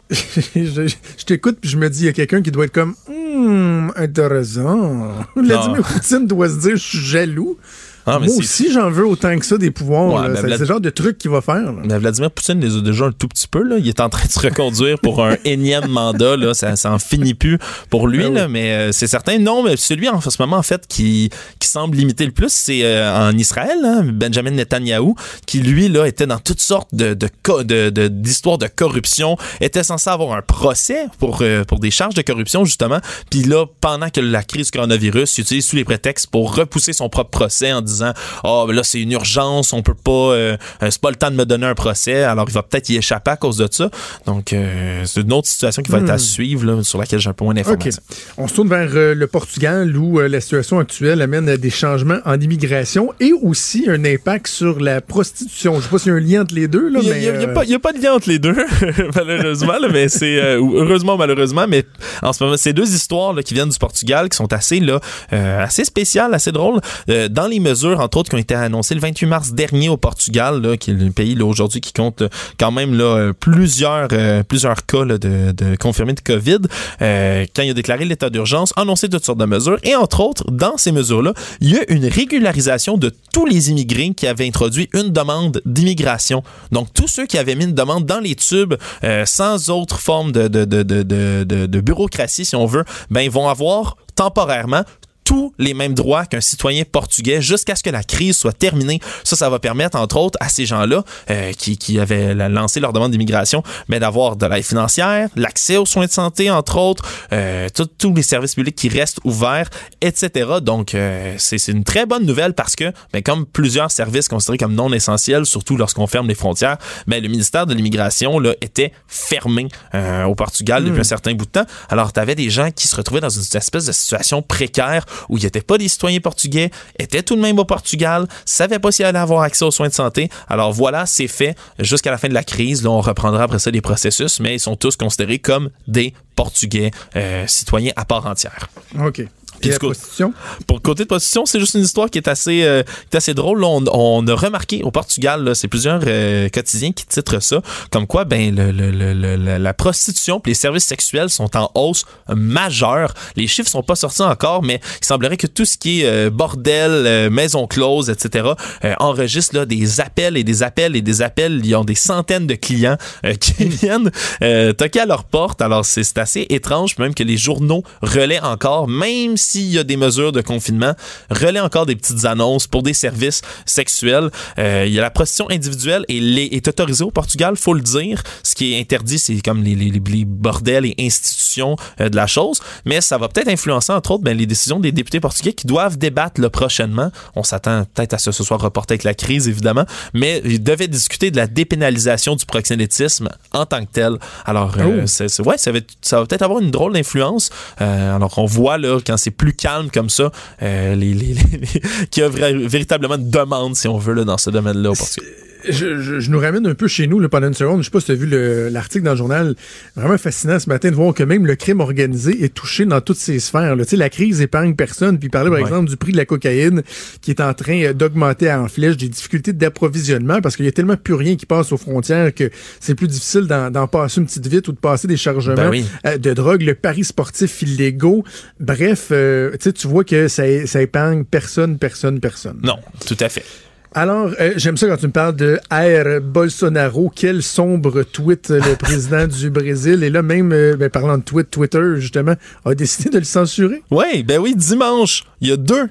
Je t'écoute puis je me dis, il y a quelqu'un qui doit être comme intéressant. Vladimir Poutine doit se dire, je suis jaloux. Ah, moi aussi, j'en veux autant que ça des pouvoirs. Ouais, c'est le genre de truc qu'il va faire. Mais Vladimir Poutine les a déjà un tout petit peu. Là. Il est en train de se reconduire pour un énième mandat. Là. Ça en finit plus pour lui. Là, mais c'est certain. Non, mais celui en ce moment, en fait, qui semble limiter le plus, c'est en Israël, hein, Benjamin Netanyahou, qui, lui, là, était dans toutes sortes d'histoires de corruption, était censé avoir un procès pour des charges de corruption, justement. Puis là, pendant que la crise du coronavirus, il utilise tous les prétextes pour repousser son propre procès en disant là c'est une urgence, on peut pas c'est pas le temps de me donner un procès, alors il va peut-être y échapper à cause de ça. Donc c'est une autre situation qui va être à suivre là, sur laquelle j'ai un peu moins d'informations. Okay. On se tourne vers le Portugal où la situation actuelle amène à des changements en immigration et aussi un impact sur la prostitution. Je sais pas s'il y a un lien entre les deux là, il y a pas de lien entre les deux malheureusement là, mais c'est heureusement malheureusement, mais en ce moment c'est deux histoires là, qui viennent du Portugal qui sont assez spéciales, assez drôles dans les mesures entre autres qui ont été annoncées le 28 mars dernier au Portugal, là, qui est le pays là, aujourd'hui qui compte quand même là, plusieurs cas là, de confirmés de COVID, quand il a déclaré l'état d'urgence, annoncé toutes sortes de mesures, et entre autres, dans ces mesures-là, il y a une régularisation de tous les immigrés qui avaient introduit une demande d'immigration. Donc, tous ceux qui avaient mis une demande dans les tubes, sans autre forme de bureaucratie, si on veut, ben ils vont avoir temporairement tous les mêmes droits qu'un citoyen portugais jusqu'à ce que la crise soit terminée. Ça va permettre, entre autres, à ces gens-là qui avaient lancé leur demande d'immigration, mais d'avoir de l'aide financière, l'accès aux soins de santé, entre autres, tous les services publics qui restent ouverts, etc. Donc, c'est une très bonne nouvelle parce que, comme plusieurs services considérés comme non essentiels, surtout lorsqu'on ferme les frontières, le ministère de l'Immigration là, était fermé au Portugal depuis un certain bout de temps. Alors, tu avais des gens qui se retrouvaient dans une espèce de situation précaire où il n'y était pas des citoyens portugais, étaient tout de même au Portugal, savaient pas s'ils allaient avoir accès aux soins de santé. Alors voilà, c'est fait. Jusqu'à la fin de la crise, là, on reprendra après ça les processus, mais ils sont tous considérés comme des Portugais citoyens à part entière. OK. Et la prostitution? Pour le côté de prostitution, c'est juste une histoire qui est assez drôle. Là, on a remarqué au Portugal, là, c'est plusieurs quotidiens qui titrent ça, comme quoi la prostitution et les services sexuels sont en hausse majeure. Les chiffres sont pas sortis encore, mais il semblerait que tout ce qui est bordel, maison close, etc., enregistre là, des appels et des appels et des appels. Ils ont des centaines de clients qui viennent toquer à leur porte. Alors, c'est assez étrange, même que les journaux relaient encore, même si s'il y a des mesures de confinement, relaie encore des petites annonces pour des services sexuels. Il y a la prostitution individuelle est autorisée au Portugal, faut le dire. Ce qui est interdit, c'est comme les bordels et institutions de la chose. Mais ça va peut-être influencer, entre autres, les décisions des députés portugais qui doivent débattre là, prochainement. On s'attend peut-être à ce que ce soit reporté avec la crise, évidemment, mais ils devaient discuter de la dépénalisation du proxénétisme en tant que tel. Alors, ça va peut-être avoir une drôle d'influence. Alors, on voit là, quand c'est plus calme comme ça, qu'il y a véritablement une demande, si on veut, là, dans ce domaine-là au Portugal. Je nous ramène un peu chez nous là, pendant une seconde. Je sais pas si tu as vu l'article dans le journal. Vraiment fascinant ce matin de voir que même le crime organisé est touché dans toutes ses sphères. Là. La crise épargne personne. Puis il parlait par exemple du prix de la cocaïne qui est en train d'augmenter en flèche, des difficultés d'approvisionnement parce qu'il y a tellement plus rien qui passe aux frontières que c'est plus difficile d'en passer une petite vite ou de passer des chargements de drogue. Le paris sportif illégaux. Bref, tu vois que ça épargne personne. Non, tout à fait. Alors, j'aime ça quand tu me parles de Jair Bolsonaro. Quel sombre tweet le président du Brésil. Et là, même, parlant de Twitter, justement, a décidé de le censurer. Oui, dimanche, il y a deux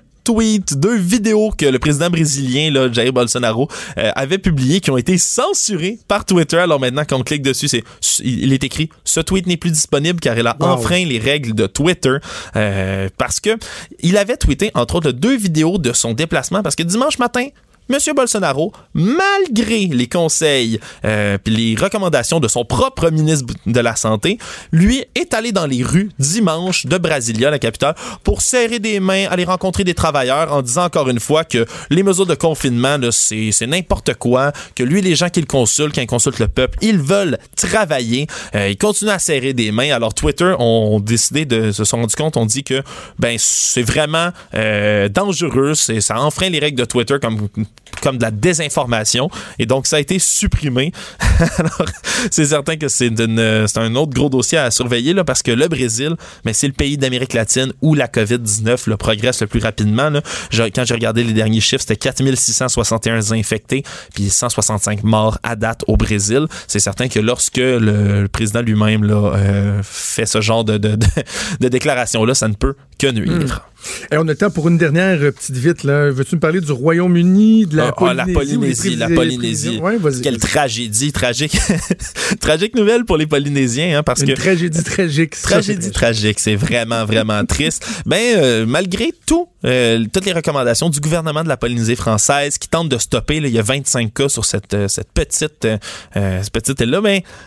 vidéos que le président brésilien, là, Jair Bolsonaro, avait publiées qui ont été censurées par Twitter. Alors maintenant, quand on clique dessus, il est écrit « Ce tweet n'est plus disponible car il a enfreint les règles de Twitter. » Parce que il avait tweeté, entre autres, 2 vidéos de son déplacement parce que dimanche matin, Monsieur Bolsonaro, malgré les conseils puis les recommandations de son propre ministre de la Santé, lui est allé dans les rues dimanche de Brasilia, la capitale, pour serrer des mains, aller rencontrer des travailleurs en disant encore une fois que les mesures de confinement, là, c'est n'importe quoi, que lui, les gens qu'il consulte, quand il consulte le peuple, ils veulent travailler. Ils continuent à serrer des mains. Alors Twitter ont décidé se sont rendu compte, on dit que c'est vraiment dangereux, ça enfreint les règles de Twitter comme de la désinformation, et donc ça a été supprimé. Alors, c'est certain que c'est un autre gros dossier à surveiller là, parce que le Brésil, c'est le pays d'Amérique latine où la COVID-19 progresse le plus rapidement. Là. Quand j'ai regardé les derniers chiffres, c'était 4661 infectés puis 165 morts à date au Brésil. C'est certain que lorsque le président lui-même là, fait ce genre de déclaration-là, ça ne peut que nuire. Et on a le temps pour une dernière petite vite. Là. Veux-tu me parler du Royaume-Uni, de la Polynésie? La Polynésie. Ouais, quelle tragédie, tragique nouvelle pour les Polynésiens. Parce une tragédie tragique. Tragique, c'est vraiment, vraiment triste. Malgré tout, toutes les recommandations du gouvernement de la Polynésie française qui tente de stopper, là, il y a 25 cas sur cette petite île-là,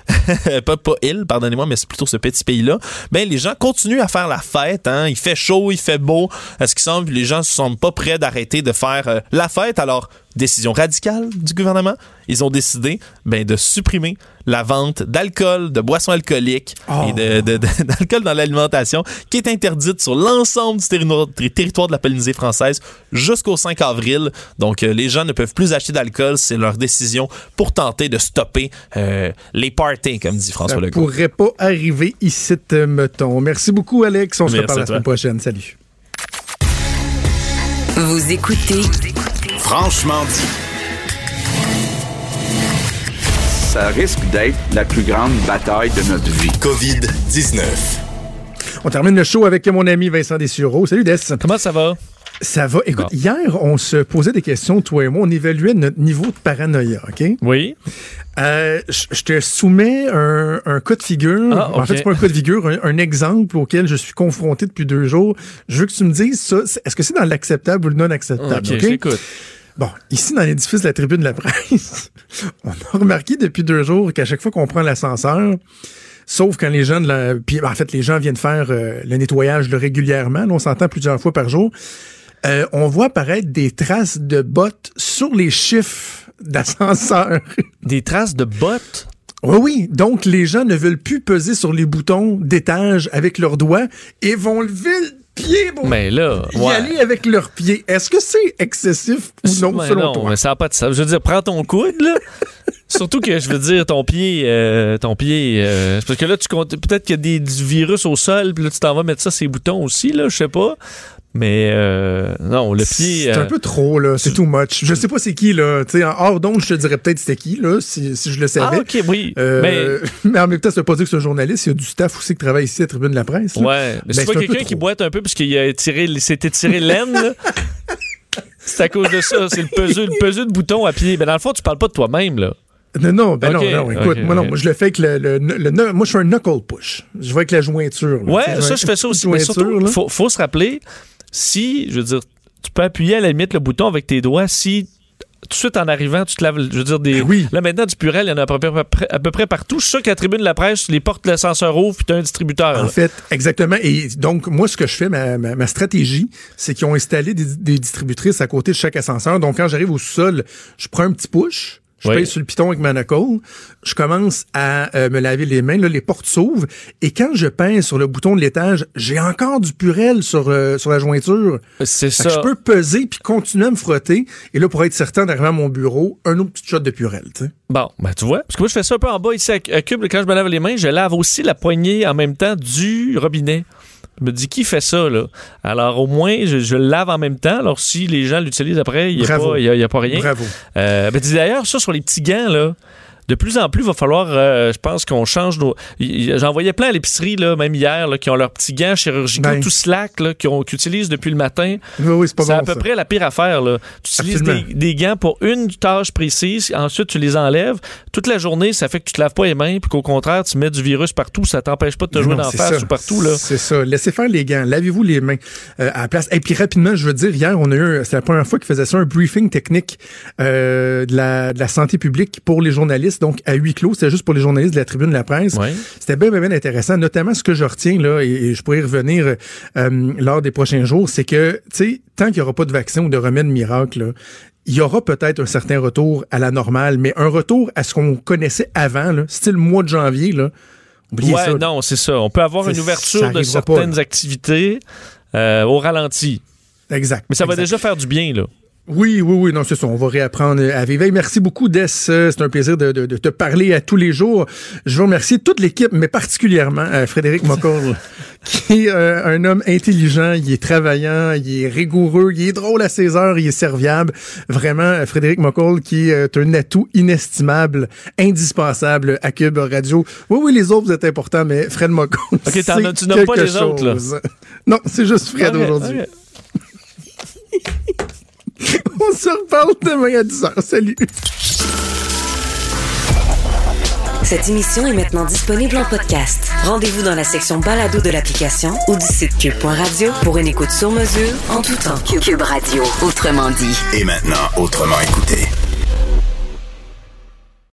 pas île, pardonnez-moi, mais c'est plutôt ce petit pays-là. Les gens continuent à faire la fête. Hein. Il fait chaud, il fait beau. À ce qui semble, les gens ne sont pas prêts d'arrêter de faire la fête. Alors, décision radicale du gouvernement, ils ont décidé de supprimer la vente d'alcool, de boissons alcooliques et d'alcool dans l'alimentation qui est interdite sur l'ensemble du territoire de la Polynésie française jusqu'au 5 avril. Donc, les gens ne peuvent plus acheter d'alcool. C'est leur décision pour tenter de stopper les parties, comme dit François Legault. Ça pourrait pas arriver ici, mettons. Merci beaucoup, Alex. On se reparle la semaine prochaine. Salut. Vous écoutez Franchement dit. Ça risque d'être la plus grande bataille de notre vie. COVID-19. On termine le show avec mon ami Vincent Dessureau. Salut, Des. Comment ça va? Ça va. Écoute, hier, on se posait des questions, toi et moi. On évaluait notre niveau de paranoïa, OK? Oui. Je te soumets un cas de figure. Ah, okay. En fait, c'est pas un cas de figure, un exemple auquel je suis confronté depuis 2 jours. Je veux que tu me dises ça. Est-ce que c'est dans l'acceptable ou le non acceptable? OK, j'écoute. Bon, ici, dans l'édifice de la Tribune de la Presse, on a remarqué depuis 2 jours qu'à chaque fois qu'on prend l'ascenseur, sauf quand les gens puis en fait, les gens viennent faire le nettoyage régulièrement, là, on s'entend plusieurs fois par jour, on voit apparaître des traces de bottes sur les chiffres d'ascenseur. Des traces de bottes? Oui. Donc, les gens ne veulent plus peser sur les boutons d'étage avec leurs doigts et vont lever le pied pour y aller avec leurs pieds. Est-ce que c'est excessif ou non, selon toi? Non, mais ça n'a pas de sens. Je veux dire, prends ton coude, là. Surtout que, je veux dire, ton pied, parce que là, tu comptes, peut-être qu'il y a du virus au sol, puis là, tu t'en vas mettre ça, ces boutons aussi, là, je sais pas. Mais non, le pied... C'est un peu trop, là. C'est too much. Je sais pas c'est qui, là. Tu sais, en hors d'onde, je te dirais peut-être c'était qui, là, si je le savais. Ah, OK, oui. Mais en même temps, ça veut pas dire que c'est un journaliste. Il y a du staff aussi qui travaille ici à la Tribune de la Presse. Là. Ouais. Mais c'est pas quelqu'un qui boite un peu parce qu'il s'était tiré l'aine, là. C'est à cause de ça. C'est le peseux de bouton à pied. Mais dans le fond, tu parles pas de toi-même, là. Non, écoute, moi, moi, je le fais avec moi, je fais un knuckle push. Je vais avec la jointure. Là, ouais, ça, je fais ça aussi. Mais surtout, faut se rappeler, si, je veux dire, tu peux appuyer à la limite le bouton avec tes doigts, si tout de suite en arrivant, tu te laves, je veux dire, là maintenant du Purell, il y en a à peu près partout. Je suis sûr qu'à la Tribune de la Presse, les portes de l'ascenseur ouvrent puis tu as un distributeur. En fait, exactement. Et donc, moi, ce que je fais, ma stratégie, c'est qu'ils ont installé des distributrices à côté de chaque ascenseur. Donc, quand j'arrive au sol, je prends un petit push. Je pèse sur le piton avec ma knuckle, je commence à me laver les mains, là, les portes s'ouvrent, et quand je pèse sur le bouton de l'étage, j'ai encore du Purell sur la jointure. C'est ça. Je peux peser puis continuer à me frotter, et là, pour être certain d'arriver à mon bureau, un autre petit shot de Purell, tu sais. Bon, ben tu vois, parce que moi, je fais ça un peu en bas ici à Cube, quand je me lave les mains, je lave aussi la poignée en même temps du robinet. Je me dis, qui fait ça, là? Alors, au moins, je le lave en même temps. Alors, si les gens l'utilisent après, il n'y a pas rien. Bravo. D'ailleurs, ça, sur les petits gants, là, de plus en plus, il va falloir, je pense qu'on change nos... J'en voyais plein à l'épicerie, là, même hier, là, qui ont leurs petits gants chirurgicaux tout slack, là, qu'ils utilisent depuis le matin. Oui, c'est pas bon, à peu près la pire affaire, là. Tu utilises des gants pour une tâche précise, ensuite tu les enlèves. Toute la journée, ça fait que tu te laves pas les mains, puis qu'au contraire, tu mets du virus partout, ça t'empêche pas de te jouer d'en face ou partout, là. C'est ça. Laissez faire les gants. Lavez-vous les mains à la place. Et puis rapidement, je veux dire, hier, on a eu, c'est la première fois qu'ils faisaient ça, un briefing technique de la santé publique pour les journalistes. Donc, à huis clos, c'était juste pour les journalistes de la Tribune de la Presse. Ouais. C'était bien intéressant. Notamment, ce que je retiens, là, et je pourrais y revenir lors des prochains jours, c'est que, tu sais, tant qu'il n'y aura pas de vaccin ou de remède miracle, là, il y aura peut-être un certain retour à la normale, mais un retour à ce qu'on connaissait avant, là, style mois de janvier, là. Oubliez ça. Non, c'est ça. On peut avoir une ouverture de certaines activités au ralenti. Exact. Mais ça va déjà faire du bien, là. Oui, non, c'est ça. On va réapprendre à vivre. Merci beaucoup, Des. C'est un plaisir de te parler à tous les jours. Je veux remercier toute l'équipe, mais particulièrement Frédéric McCall, qui est un homme intelligent, il est travaillant, il est rigoureux, il est drôle à ses heures, il est serviable. Vraiment, Frédéric McCall, qui est un atout inestimable, indispensable à Cube Radio. Oui, les autres, vous êtes importants, mais Fred McCall, OK, tu nommes pas les autres, là. Non, c'est juste Fred aujourd'hui. Okay. On se reparle demain à 10h. Salut! Cette émission est maintenant disponible en podcast. Rendez-vous dans la section balado de l'application ou du site cube.radio pour une écoute sur mesure en tout temps. Cube Radio, autrement dit. Et maintenant, autrement écouté.